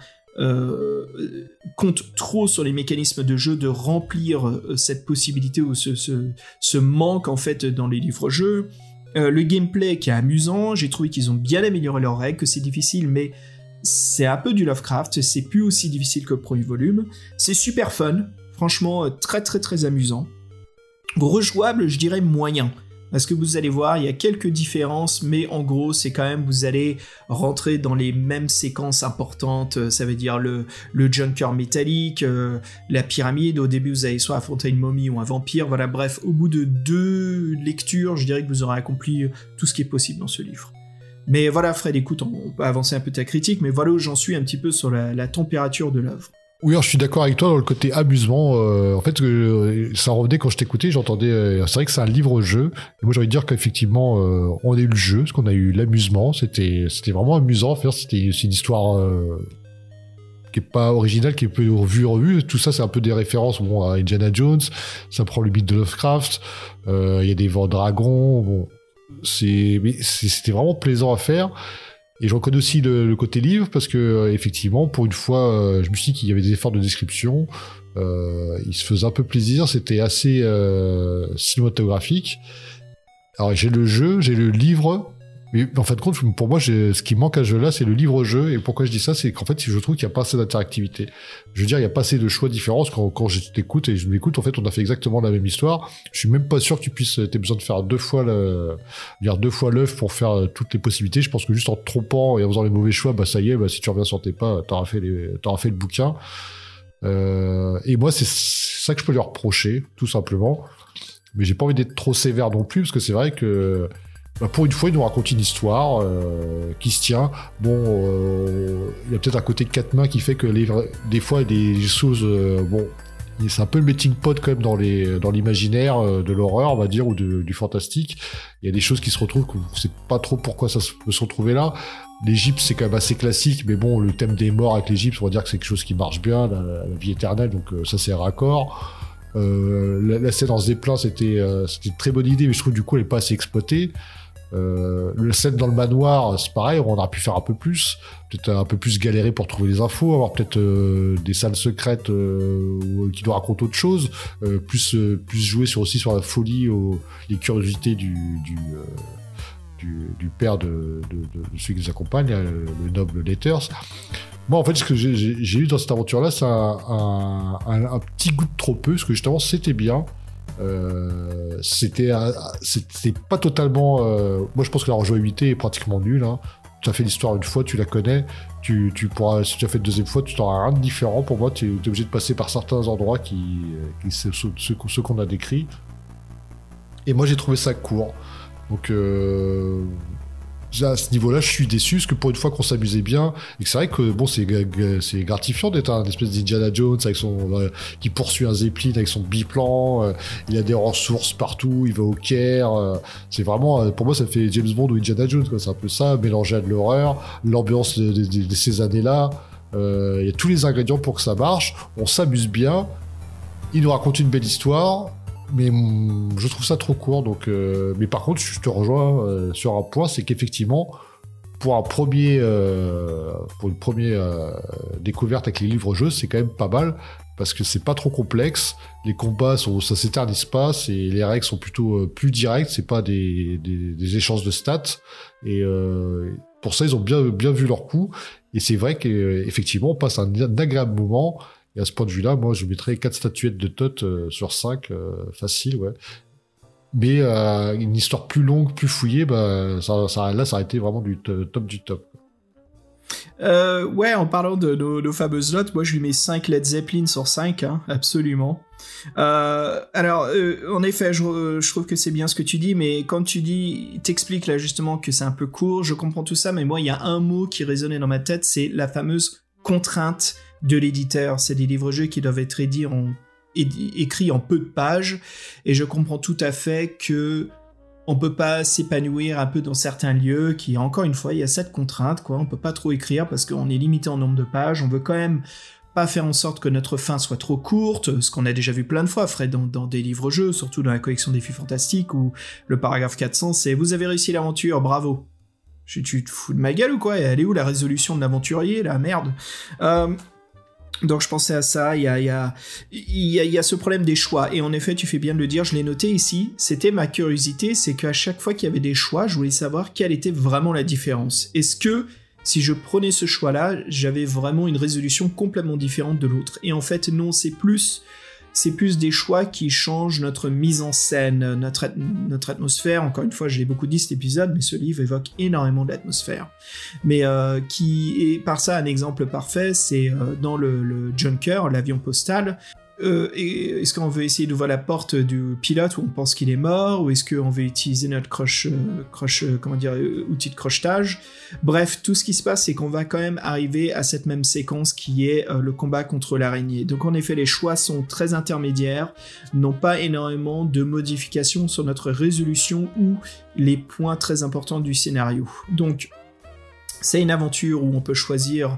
comptent trop sur les mécanismes de jeu de remplir cette possibilité ou ce manque en fait dans les livres-jeux. Le gameplay qui est amusant, j'ai trouvé qu'ils ont bien amélioré leurs règles, que c'est difficile, mais c'est un peu du Lovecraft, c'est plus aussi difficile que le premier volume. C'est super fun. Franchement, très très très amusant. Rejouable, je dirais moyen. Parce que vous allez voir, il y a quelques différences, mais en gros, c'est quand même, vous allez rentrer dans les mêmes séquences importantes. Ça veut dire le junker métallique, la pyramide. Au début, vous allez soit affronter une momie ou un vampire. Voilà, bref, au bout de 2 lectures, je dirais que vous aurez accompli tout ce qui est possible dans ce livre. Mais voilà, Fred, écoute, on peut avancer un peu ta critique, mais voilà où j'en suis un petit peu sur la température de l'œuvre. Oui, alors je suis d'accord avec toi dans le côté amusement. En fait, ça revenait quand je t'écoutais, j'entendais. C'est vrai que c'est un livre-jeu. Et moi, j'ai envie de dire qu'effectivement, on a eu le jeu, parce qu'on a eu l'amusement. C'était vraiment amusant à faire. C'est une histoire qui est pas originale, qui est un peu revue. Tout ça, c'est un peu des références. Bon, à Indiana Jones, ça prend le mythe de Lovecraft. Il y a des vents dragons. Bon, c'était vraiment plaisant à faire. Et je reconnais aussi le côté livre parce que effectivement, pour une fois, je me suis dit qu'il y avait des efforts de description. Il se faisait un peu plaisir, c'était assez cinématographique. Alors j'ai le jeu, j'ai le livre, mais en fin de compte, pour moi, ce qui manque à ce jeu-là, c'est le livre-jeu. Et pourquoi je dis ça, c'est qu'en fait, je trouve qu'il n'y a pas assez d'interactivité. Je veux dire, il n'y a pas assez de choix différents. Quand je t'écoute et je m'écoute, en fait, on a fait exactement la même histoire. Je suis même pas sûr que t'aies besoin de faire 2 fois l'œuf pour faire toutes les possibilités. Je pense que juste en te trompant et en faisant les mauvais choix, bah ça y est, bah si tu reviens sur tes pas, t'auras fait le bouquin. Et moi, c'est ça que je peux lui reprocher, tout simplement. Mais j'ai pas envie d'être trop sévère non plus, parce que c'est vrai que pour une fois, il nous raconte une histoire qui se tient. Bon, il y a peut-être un côté 4 mains qui fait que des fois, des choses... c'est un peu le melting pot quand même dans l'imaginaire de l'horreur, on va dire, ou du fantastique. Il y a des choses qui se retrouvent, qu'on ne sait pas trop pourquoi ça peut se retrouver là. L'Égypte, c'est quand même assez classique, mais bon, le thème des morts avec l'Égypte, on va dire que c'est quelque chose qui marche bien, la vie éternelle, donc ça c'est raccord. La scène en Zeppelin, c'était une très bonne idée, mais je trouve du coup elle n'est pas assez exploitée. La scène dans le manoir, c'est pareil, on aurait pu faire un peu plus, peut-être un peu plus galérer pour trouver les infos, avoir peut-être des salles secrètes qui nous racontent autre chose, plus jouer sur la folie, les curiosités du père de celui qui nous accompagne, le noble Letters. Moi, en fait, ce que j'ai eu dans cette aventure-là, c'est un petit goût de trop peu, parce que justement, c'était bien. C'était pas totalement. Moi, je pense que la rejouabilité est pratiquement nulle. Hein. Tu as fait l'histoire une fois, tu la connais. Tu pourras, si tu as fait une deuxième fois, tu n'auras rien de différent. Pour moi, tu es obligé de passer par certains endroits ceux qu'on a décrits. Et moi, j'ai trouvé ça court. Donc, à ce niveau-là, je suis déçu, parce que pour une fois qu'on s'amusait bien, et que c'est vrai que bon, c'est gratifiant d'être un espèce d'Indiana Jones avec qui poursuit un Zeppelin avec son biplan, il a des ressources partout, il va au Caire, c'est vraiment, pour moi, ça fait James Bond ou Indiana Jones, quoi. C'est un peu ça, mélangé à de l'horreur, l'ambiance de ces années-là, il y a tous les ingrédients pour que ça marche, on s'amuse bien, il nous raconte une belle histoire, mais je trouve ça trop court, donc mais par contre je te rejoins sur un point, c'est qu'effectivement pour une première découverte avec les livres-jeux, c'est quand même pas mal, parce que c'est pas trop complexe, les combats ça s'éternise pas, et les règles sont plutôt plus directes, c'est pas des échanges de stats, et pour ça ils ont bien vu leur coup, et c'est vrai qu'effectivement on passe un agréable moment. Et à ce point de vue-là, moi, je mettrais 4 statuettes de Toth sur 5, facile, ouais. Mais une histoire plus longue, plus fouillée, bah, ça a été vraiment du top du top. Ouais, en parlant de nos fameuses notes, moi je lui mets 5 Led Zeppelin sur 5, hein, absolument. Alors, en effet, je trouve que c'est bien ce que tu dis, mais quand t'expliques là justement que c'est un peu court, je comprends tout ça, mais moi il y a un mot qui résonnait dans ma tête, c'est la fameuse contrainte de l'éditeur. C'est des livres-jeux qui doivent être écrits en peu de pages, et je comprends tout à fait que on peut pas s'épanouir un peu dans certains lieux, qui, encore une fois, il y a cette contrainte, quoi. On peut pas trop écrire parce qu'on est limité en nombre de pages, on veut quand même pas faire en sorte que notre fin soit trop courte, ce qu'on a déjà vu plein de fois, Fred, dans des livres-jeux, surtout dans la collection Défis Fantastiques, où le paragraphe 400, c'est « Vous avez réussi l'aventure, bravo ». Tu te fous de ma gueule ou quoi ? Elle est où la résolution de l'aventurier, là ? Merde. Donc je pensais à ça, il y a ce problème des choix, et en effet tu fais bien de le dire, je l'ai noté ici, c'était ma curiosité, c'est qu'à chaque fois qu'il y avait des choix, je voulais savoir quelle était vraiment la différence. Est-ce que si je prenais ce choix-là, j'avais vraiment une résolution complètement différente de l'autre ? Et en fait non, c'est plus des choix qui changent notre mise en scène, notre atmosphère. Encore une fois, je l'ai beaucoup dit cet épisode, mais ce livre évoque énormément d'atmosphère. Mais qui est par ça un exemple parfait, c'est dans le Junker, l'avion postal. Est-ce qu'on veut essayer d'ouvrir la porte du pilote où on pense qu'il est mort, ou est-ce qu'on veut utiliser notre outil de crochetage ? Bref, tout ce qui se passe, c'est qu'on va quand même arriver à cette même séquence qui est le combat contre l'araignée. Donc en effet, les choix sont très intermédiaires, n'ont pas énormément de modifications sur notre résolution ou les points très importants du scénario. Donc c'est une aventure où on peut choisir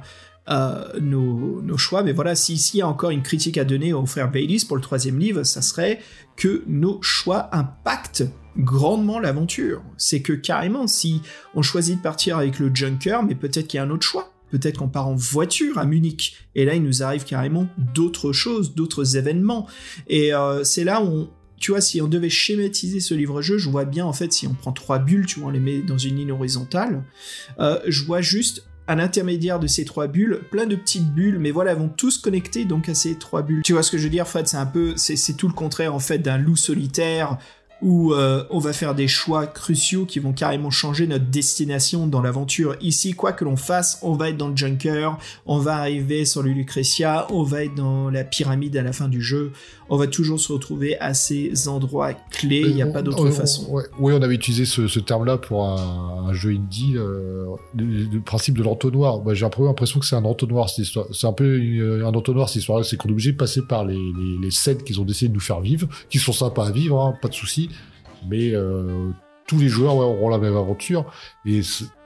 nos choix, mais voilà, s'il y a encore une critique à donner aux frères Baylis pour le 3e livre, ça serait que nos choix impactent grandement l'aventure. C'est que carrément, si on choisit de partir avec le Junker, mais peut-être qu'il y a un autre choix. Peut-être qu'on part en voiture à Munich, et là il nous arrive carrément d'autres choses, d'autres événements, et c'est là où tu vois, si on devait schématiser ce livre-jeu, je vois bien, en fait, si on prend 3 bulles, tu vois, on les met dans une ligne horizontale, je vois juste à l'intermédiaire de ces 3 bulles, plein de petites bulles, mais voilà, elles vont tous connecter donc à ces 3 bulles. Tu vois ce que je veux dire, Fred ? C'est tout le contraire en fait d'un loup solitaire où on va faire des choix cruciaux qui vont carrément changer notre destination dans l'aventure. Ici, quoi que l'on fasse, on va être dans le Junker, on va arriver sur le Lucretia, on va être dans la pyramide à la fin du jeu, on va toujours se retrouver à ces endroits clés, il n'y a pas d'autre façon. Oui, on avait utilisé ce terme-là pour un jeu indie, le principe de l'entonnoir. J'ai un peu l'impression que c'est un entonnoir, cette histoire. C'est un peu un entonnoir, cette histoire-là, c'est qu'on est obligé de passer par les scènes qu'ils ont décidé de nous faire vivre, qui sont sympas à vivre, hein, pas de souci. Mais tous les joueurs auront la même aventure. Et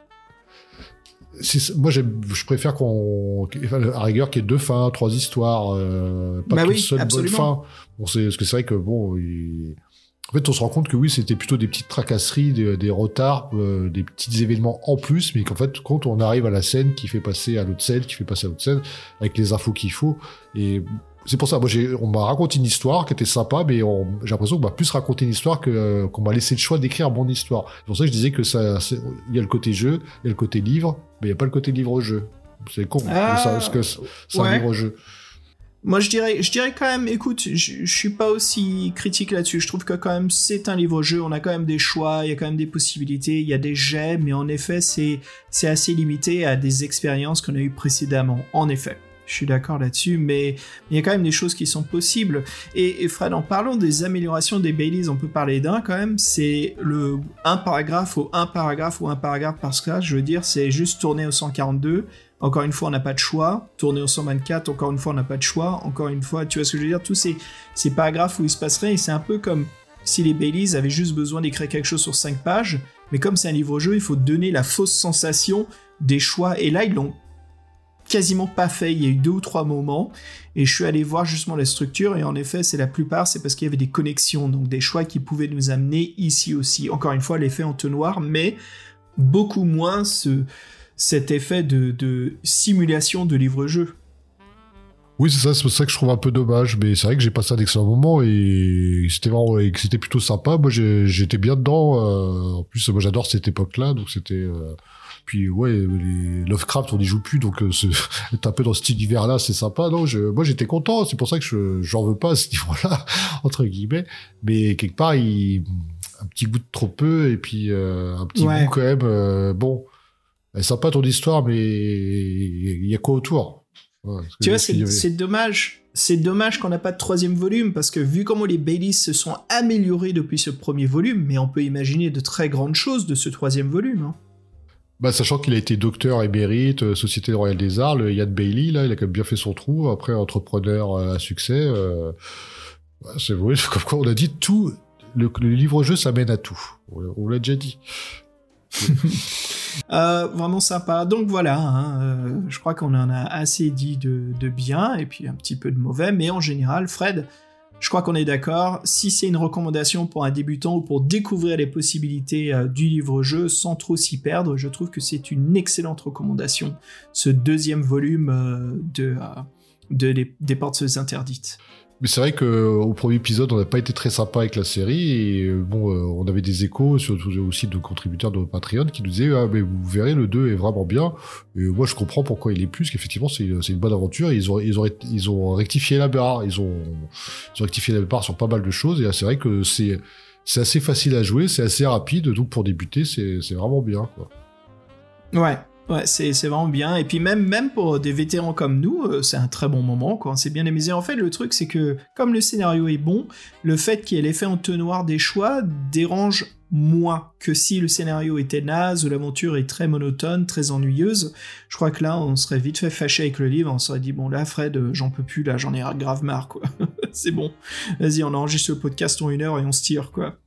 moi, je préfère à rigueur qu'il y ait 2 fins, 3 histoires, pas qu'une seule bonne fin. Bon, parce que c'est vrai que bon, en fait, on se rend compte que oui, c'était plutôt des petites tracasseries, des retards, des petits événements en plus, mais qu'en fait, quand on arrive à la scène qui fait passer à l'autre scène, avec les infos qu'il faut, et c'est pour ça, moi, on m'a raconté une histoire qui était sympa, mais j'ai l'impression qu'on m'a plus raconté une histoire qu'on m'a laissé le choix d'écrire mon histoire. C'est pour ça que je disais que il y a le côté jeu, il y a le côté livre, mais il n'y a pas le côté livre-jeu. C'est con, parce que c'est un livre-jeu. Moi, je dirais quand même, écoute, je suis pas aussi critique là-dessus. Je trouve que quand même, c'est un livre-jeu. On a quand même des choix, il y a quand même des possibilités, il y a des jets, mais en effet, c'est assez limité à des expériences qu'on a eues précédemment. En effet. Je suis d'accord là-dessus, mais il y a quand même des choses qui sont possibles. Et Fred, en parlant des améliorations des Baileys, on peut parler d'un quand même, c'est le un paragraphe par classe, je veux dire, c'est juste tourner au 142. Encore une fois, on n'a pas de choix. Tourner au 124, encore une fois, on n'a pas de choix. Encore une fois, tu vois ce que je veux dire? Tous ces paragraphes où il se passerait, et c'est un peu comme si les Baileys avaient juste besoin d'écrire quelque chose sur 5 pages, mais comme c'est un livre-jeu, il faut donner la fausse sensation des choix. Et là, ils l'ont quasiment pas fait, il y a eu 2 ou 3 moments, et je suis allé voir justement la structure, et en effet, c'est parce qu'il y avait des connexions, donc des choix qui pouvaient nous amener ici aussi. Encore une fois, l'effet entonnoir, mais beaucoup moins cet effet de simulation de livre-jeu. Oui, c'est ça que je trouve un peu dommage, mais c'est vrai que j'ai passé un excellent moment et c'était plutôt sympa. Moi, j'étais bien dedans. En plus, moi, j'adore cette époque-là, donc c'était. Puis ouais, les Lovecraft, on n'y joue plus, donc être un peu dans cet univers-là, c'est sympa. Non, moi, j'étais content. C'est pour ça que j'en veux pas à ce niveau-là, entre guillemets. Mais quelque part, un petit goût de trop peu et puis un petit goût quand même. Bon, elle est sympa ton histoire, mais il y a quoi autour? Ouais, tu vois, c'est dommage. C'est dommage qu'on n'a pas de 3e volume, parce que vu comment les Baileys se sont améliorés depuis ce premier volume, mais on peut imaginer de très grandes choses de ce 3e volume. Hein. Bah, sachant qu'il a été docteur émérite, Société royale des arts, le Yann Bailey, là, il a quand même bien fait son trou. Après, entrepreneur à succès. C'est vrai, comme quoi on a dit tout. Le livre-jeu, ça mène à tout. On l'a déjà dit. Vraiment sympa. Donc voilà, hein, je crois qu'on en a assez dit de bien et puis un petit peu de mauvais, mais en général, Fred, je crois qu'on est d'accord. Si c'est une recommandation pour un débutant ou pour découvrir les possibilités du livre-jeu sans trop s'y perdre, je trouve que c'est une excellente recommandation, ce 2e volume des Portes interdites. Mais c'est vrai qu'au premier épisode, on n'a pas été très sympa avec la série, et bon, on avait des échos, surtout aussi de contributeurs de Patreon, qui nous disaient « Ah, mais vous verrez, le 2 est vraiment bien ». Et moi, je comprends pourquoi il est plus, qu'effectivement, c'est une bonne aventure, et ils ont rectifié la barre, ils ont rectifié la barre sur pas mal de choses, et c'est vrai que c'est assez facile à jouer, c'est assez rapide, donc pour débuter, c'est vraiment bien, quoi. Ouais, c'est vraiment bien. Et puis même pour des vétérans comme nous, c'est un très bon moment, quoi. On s'est bien amusé. En fait, le truc, c'est que comme le scénario est bon, le fait qu'il y ait l'effet entonnoir des choix dérange moins que si le scénario était naze ou l'aventure est très monotone, très ennuyeuse. Je crois que là, on serait vite fait fâché avec le livre. On serait dit, bon là, Fred, j'en peux plus, là, j'en ai grave marre, quoi. C'est bon. Vas-y, on enregistre le podcast en 1 heure et on se tire, quoi.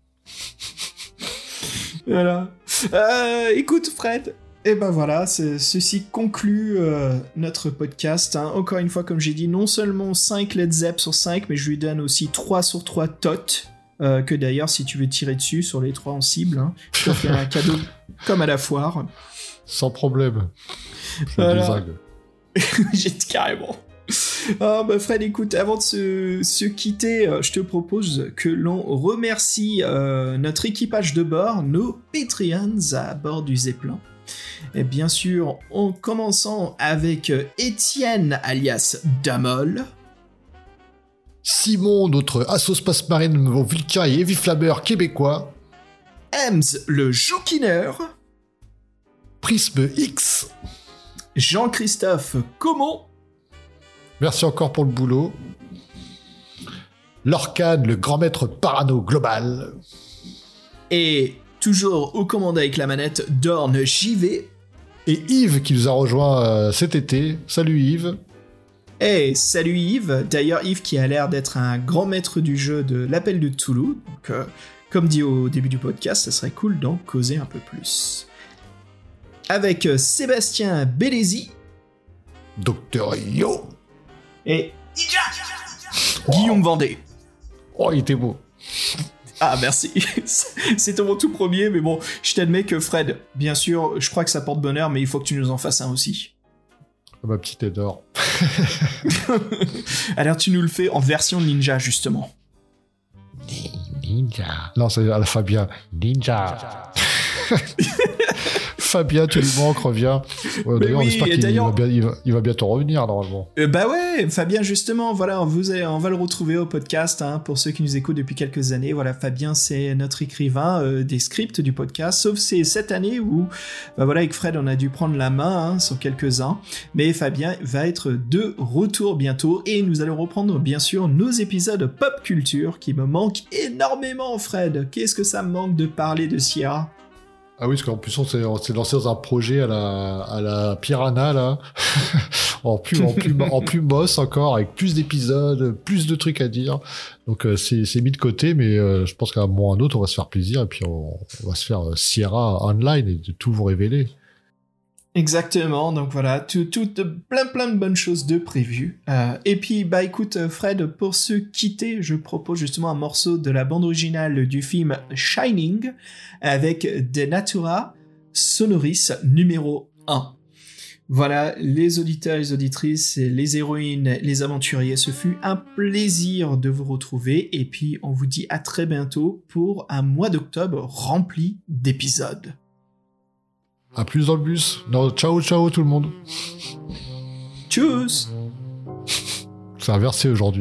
Voilà. Écoute, Fred... Et ben voilà, ceci conclut notre podcast. Hein. Encore une fois, comme j'ai dit, non seulement 5 Led Zepp sur 5, mais je lui donne aussi 3 sur 3 Tot, que d'ailleurs, si tu veux tirer dessus sur les 3 en cible, hein, je te fais un cadeau comme à la foire. Sans problème. Voilà. J'ai carrément. Bah Fred, écoute, avant de se quitter, je te propose que l'on remercie notre équipage de bord, nos Patreons à bord du Zeppelin. Et bien sûr, en commençant avec Étienne alias Damol. Simon, notre assaut space marine Vulcain et Heavy Flammer québécois. Ems, le joukineur. Prisme X. Jean-Christophe Comon. Merci encore pour le boulot. Lorcan, le grand maître parano global. Et toujours aux commandes avec la manette, Dorn JV. Et Yves qui nous a rejoint cet été. Salut Yves. Hey, salut Yves. D'ailleurs, Yves qui a l'air d'être un grand maître du jeu de l'Appel de Cthulhu. Donc, comme dit au début du podcast, ça serait cool d'en causer un peu plus. Avec Sébastien Bélézy. Docteur Yo. Et Guillaume Vendée. Oh, il était beau. Ah, merci. C'était mon tout premier, mais bon, je t'admets que Fred, bien sûr, je crois que ça porte bonheur, mais il faut que tu nous en fasses un aussi. Ma petite Edor. Alors, tu nous le fais en version ninja, justement. Ninja. Non, c'est à la Fabien. Ninja. Fabien, tu lui manques, reviens. Ouais, d'ailleurs, on espère qu'il va bientôt revenir, normalement. Bah ouais, Fabien, justement, voilà, on va le retrouver au podcast, hein, pour ceux qui nous écoutent depuis quelques années. Voilà, Fabien, c'est notre écrivain des scripts du podcast, sauf c'est cette année où, bah voilà, avec Fred, on a dû prendre la main, hein, sur quelques-uns. Mais Fabien va être de retour bientôt, et nous allons reprendre, bien sûr, nos épisodes pop culture qui me manquent énormément, Fred. Qu'est-ce que ça me manque de parler de Sierra? Ah oui, parce qu'en plus, on s'est lancé dans un projet à la Piranha, là. en plus boss encore, avec plus d'épisodes, plus de trucs à dire. Donc, c'est mis de côté, mais je pense qu'à un moment ou à un autre, on va se faire plaisir, et puis on va se faire Sierra online et de tout vous révéler. Exactement, donc voilà, plein de bonnes choses de prévues. Et puis, bah écoute, Fred, pour se quitter, je propose justement un morceau de la bande originale du film Shining avec De Natura Sonoris numéro 1. Voilà, les auditeurs, les auditrices, les héroïnes, les aventuriers, ce fut un plaisir de vous retrouver, et puis on vous dit à très bientôt pour un mois d'octobre rempli d'épisodes. À plus dans le bus. Non, ciao tout le monde. Tchuss. C'est inversé aujourd'hui.